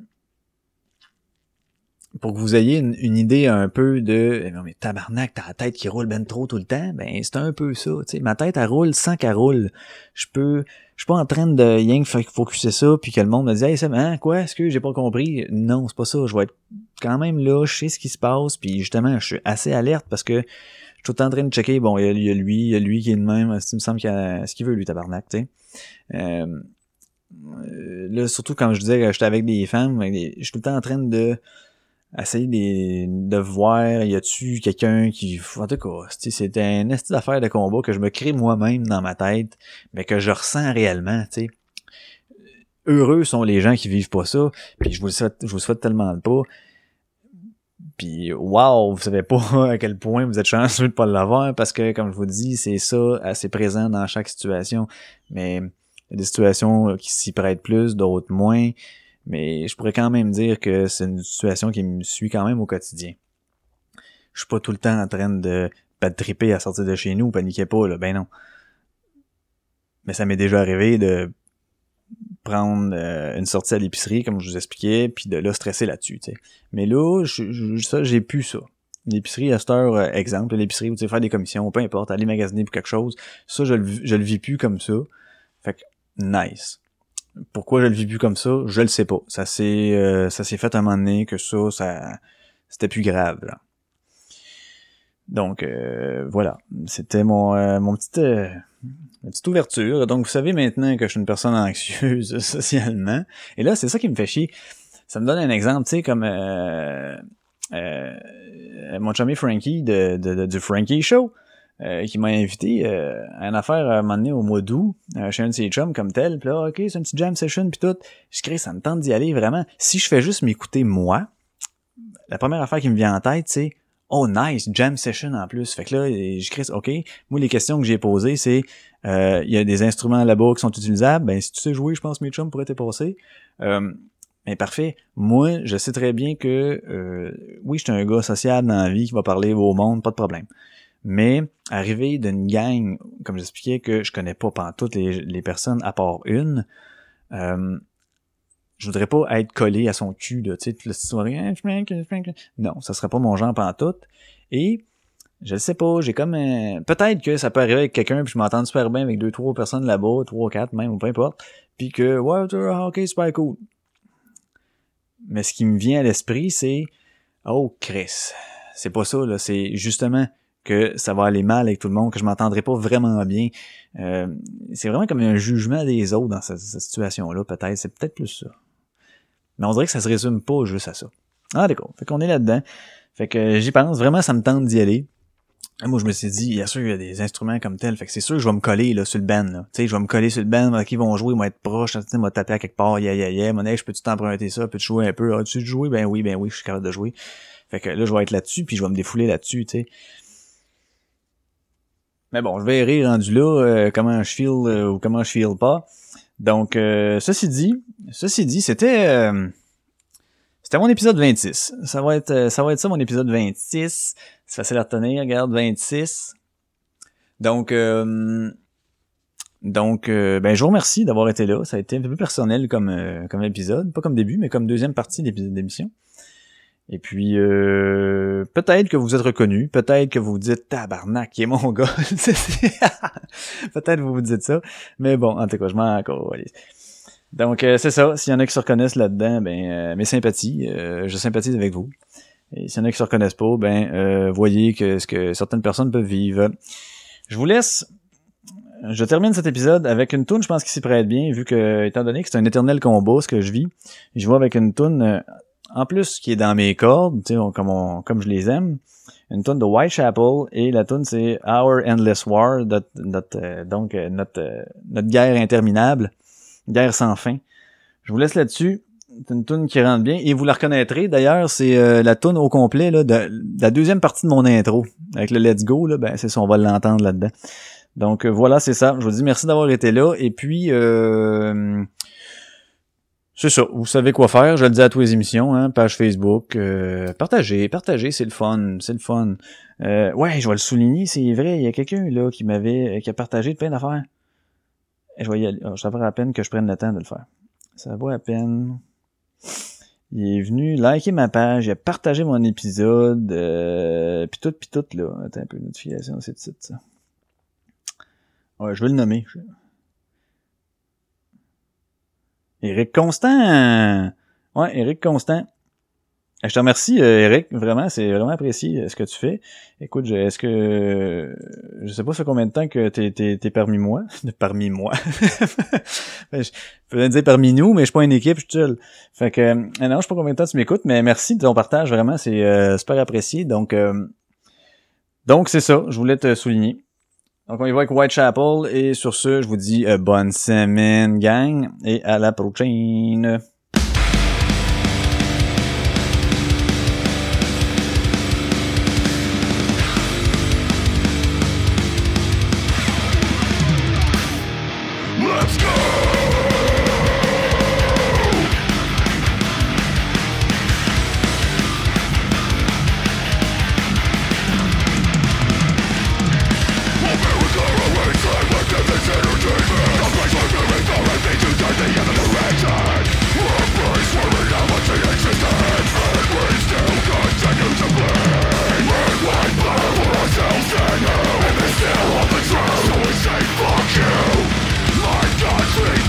pour que vous ayez une, une idée un peu de non mais tabarnak, t'as la tête qui roule ben trop tout le temps, ben c'est un peu ça, tu sais, ma tête elle roule sans qu'elle roule. Je peux je suis pas en train de rien focuser ça puis que le monde me dit hey Sam, hein, quoi, est-ce que j'ai pas compris? Non, c'est pas ça, je vais être quand même là, je sais ce qui se passe puis justement, je suis assez alerte parce que je suis tout le temps en train de checker, bon, il y a, il y a lui, il y a lui qui est le même, il me semble qu'il a ce qu'il veut lui tabarnak, tu sais. Euh, là surtout quand je disais que j'étais avec des femmes, je suis tout le temps en train de essayer de, de voir, y a-tu quelqu'un qui... En tout cas, c'est un esti d'affaire de combat que je me crée moi-même dans ma tête, mais que je ressens réellement, tu sais. Heureux sont les gens qui vivent pas ça, puis je vous le souhaite, je vous le souhaite tellement pas. Puis, wow, vous savez pas à quel point vous êtes chanceux de pas l'avoir, parce que, comme je vous dis, c'est ça, assez présent dans chaque situation. Mais il y a des situations qui s'y prêtent plus, d'autres moins. Mais je pourrais quand même dire que c'est une situation qui me suit quand même au quotidien. Je suis pas tout le temps en train de pas de triper à sortir de chez nous, paniquez pas, là, ben non. Mais ça m'est déjà arrivé de prendre euh, une sortie à l'épicerie, comme je vous expliquais, puis de là stresser là-dessus, tu sais. Mais là, je, je, ça, j'ai plus ça. L'épicerie, à cette heure, euh, exemple, l'épicerie, vous savez, faire des commissions, peu importe, aller magasiner pour quelque chose, ça, je le, je le vis plus comme ça. Fait que, nice. Pourquoi je le vis plus comme ça, je le sais pas. Ça s'est euh, ça s'est fait à un moment donné que ça, ça c'était plus grave, là. Donc, euh, voilà. C'était mon, euh, mon petite, euh, ma petite ouverture. Donc, vous savez maintenant que je suis une personne anxieuse socialement. Et là, c'est ça qui me fait chier. Ça me donne un exemple, tu sais, comme euh, euh, mon chummy Frankie de, de, de, du Frankie Show, euh, qui m'a invité euh, à une affaire à un moment donné au mois d'août, euh, chez un de ses chums comme tel. Puis là, OK, c'est une petite jam session, puis tout. Je crée, ça me tente d'y aller, vraiment. Si je fais juste m'écouter moi, la première affaire qui me vient en tête, c'est « Oh, nice, jam session en plus. » Fait que là, je crée, OK, moi, les questions que j'ai posées, c'est euh, il y a des instruments là-bas qui sont utilisables. Ben, si tu sais jouer, je pense que mes chums pourraient t'y passer. Euh, Mais parfait. Moi, je sais très bien que euh, oui, je suis un gars sociable dans la vie qui va parler au monde, pas de problème. Mais arriver d'une gang, comme j'expliquais, que je connais pas pantoute les, les personnes à part une, euh, je voudrais pas être collé à son cul, là, tu sais, toute la soirée. Non, ça serait pas mon genre pantoute. Et je sais pas, j'ai comme un... peut-être que ça peut arriver avec quelqu'un puis je m'entends super bien avec deux, trois personnes là-bas, trois, quatre même, ou peu importe, puis que ouais, ok, super cool. Mais ce qui me vient à l'esprit, c'est « Oh, Chris, c'est pas ça, là. C'est justement que ça va aller mal avec tout le monde, que je m'entendrai pas vraiment bien. Euh, c'est vraiment comme un jugement des autres dans cette, cette situation-là, peut-être. C'est peut-être plus ça. Mais on dirait que ça se résume pas juste à ça. Ah, d'accord. Fait qu'on est là-dedans. Fait que j'y pense. Vraiment, ça me tente d'y aller. Moi, je me suis dit, bien sûr, il y a des instruments comme tel. Fait que c'est sûr que je vais me coller là sur le band. Là. Tu sais, je vais me coller sur le band. Avec qui ils vont jouer, ils vont être proches. Tu sais, ils vont taper à quelque part. Yeah, yeah, yeah. Mon ex, je peux-tu t'emprunter ça? Peux-tu jouer un peu? Ah, tu sais jouer? Ben oui, ben oui, je suis capable de jouer. Fait que là, je vais être là-dessus, puis je vais me défouler là-dessus, tu sais. Mais bon, je vais rire rendu là, euh, comment je feel euh, ou comment je feel pas. Donc, euh, ceci dit, ceci dit, c'était... Euh, C'était mon épisode vingt-six. Ça va être ça va être ça, mon épisode vingt-six. C'est facile à retenir, regarde, vingt-six. Donc, euh, donc euh, ben, je vous remercie d'avoir été là. Ça a été un peu personnel comme, euh, comme épisode. Pas comme début, mais comme deuxième partie d'épisode d'émission. Et puis, euh, peut-être que vous êtes reconnu. Peut-être que vous vous dites « Tabarnak, qui est mon gars! » Peut-être que vous vous dites ça. Mais bon, en tout cas, je m'en encore. Allez. Donc, euh, c'est ça. S'il y en a qui se reconnaissent là-dedans, ben euh, mes sympathies, euh, je sympathise avec vous. Et s'il y en a qui se reconnaissent pas, ben euh, voyez que ce que certaines personnes peuvent vivre. Je vous laisse. Je termine cet épisode avec une toune, je pense qu'il s'y prête bien, vu que, étant donné que c'est un éternel combat, ce que je vis, je vais avec une toune, euh, en plus, qui est dans mes cordes, tu sais, comme on, comme je les aime, une toune de Whitechapel, et la toune c'est Our Endless War, notre, notre euh, donc euh, notre euh, notre guerre interminable. Guerre sans fin. Je vous laisse là-dessus. C'est une toune qui rentre bien. Et vous la reconnaîtrez, d'ailleurs, c'est euh, la toune au complet là, de, de la deuxième partie de mon intro. Avec le Let's Go, là, ben c'est ça, on va l'entendre là-dedans. Donc euh, voilà, c'est ça. Je vous dis merci d'avoir été là. Et puis, euh, c'est ça. Vous savez quoi faire. Je le dis à toutes les émissions, hein, page Facebook. Euh, partagez, partagez, c'est le fun. C'est le fun. Euh, ouais, je vais le souligner, c'est vrai. Il y a quelqu'un là qui m'avait qui a partagé de plein d'affaires. Je vais y aller. Oh, ça vaut la peine que je prenne le temps de le faire. Ça vaut la peine. Il est venu liker ma page, il a partagé mon épisode, euh, pis tout, pis tout, là. Attends un peu, notification, c'est tout ça. Ouais, je vais le nommer. Éric Constant! Ouais, Éric Constant. Je te remercie, Eric, vraiment, c'est vraiment apprécié ce que tu fais. Écoute, je, est-ce que je sais pas ça fait combien de temps que t'es t'es t'es parmi moi, parmi moi. Je peux dire parmi nous, mais je suis pas une équipe, je suis seul. Fait que non, je sais pas combien de temps tu m'écoutes, mais merci de ton partage, vraiment, c'est euh, super apprécié. Donc euh, donc c'est ça, je voulais te souligner. Donc on y va avec Whitechapel et sur ce, je vous dis euh, bonne semaine, gang, et à la prochaine. Let's go! America awaits like like this entertainment. A place where there is already to turn the end of the reaction. A place where we know what's in existence. And we still continue to bleed. Red, white, blood for ourselves and you. And we still hold the truth. So we say fuck you. Like God's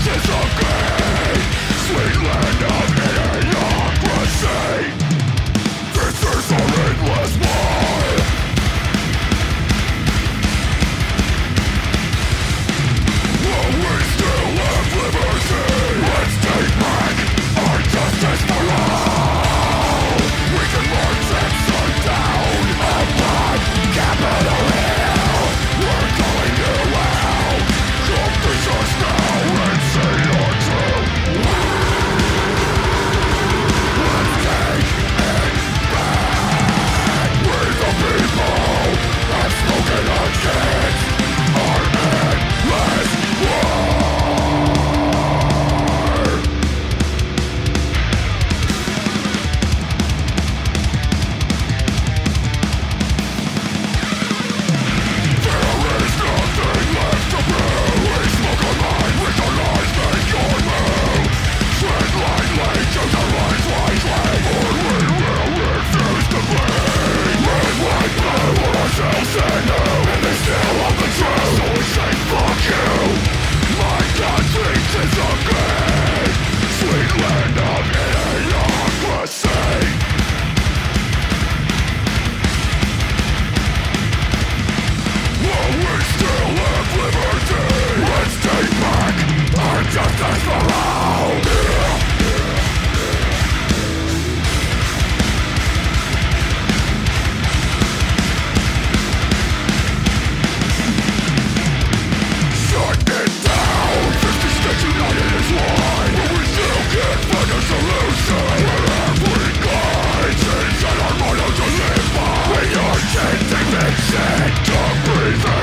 Sick to breathe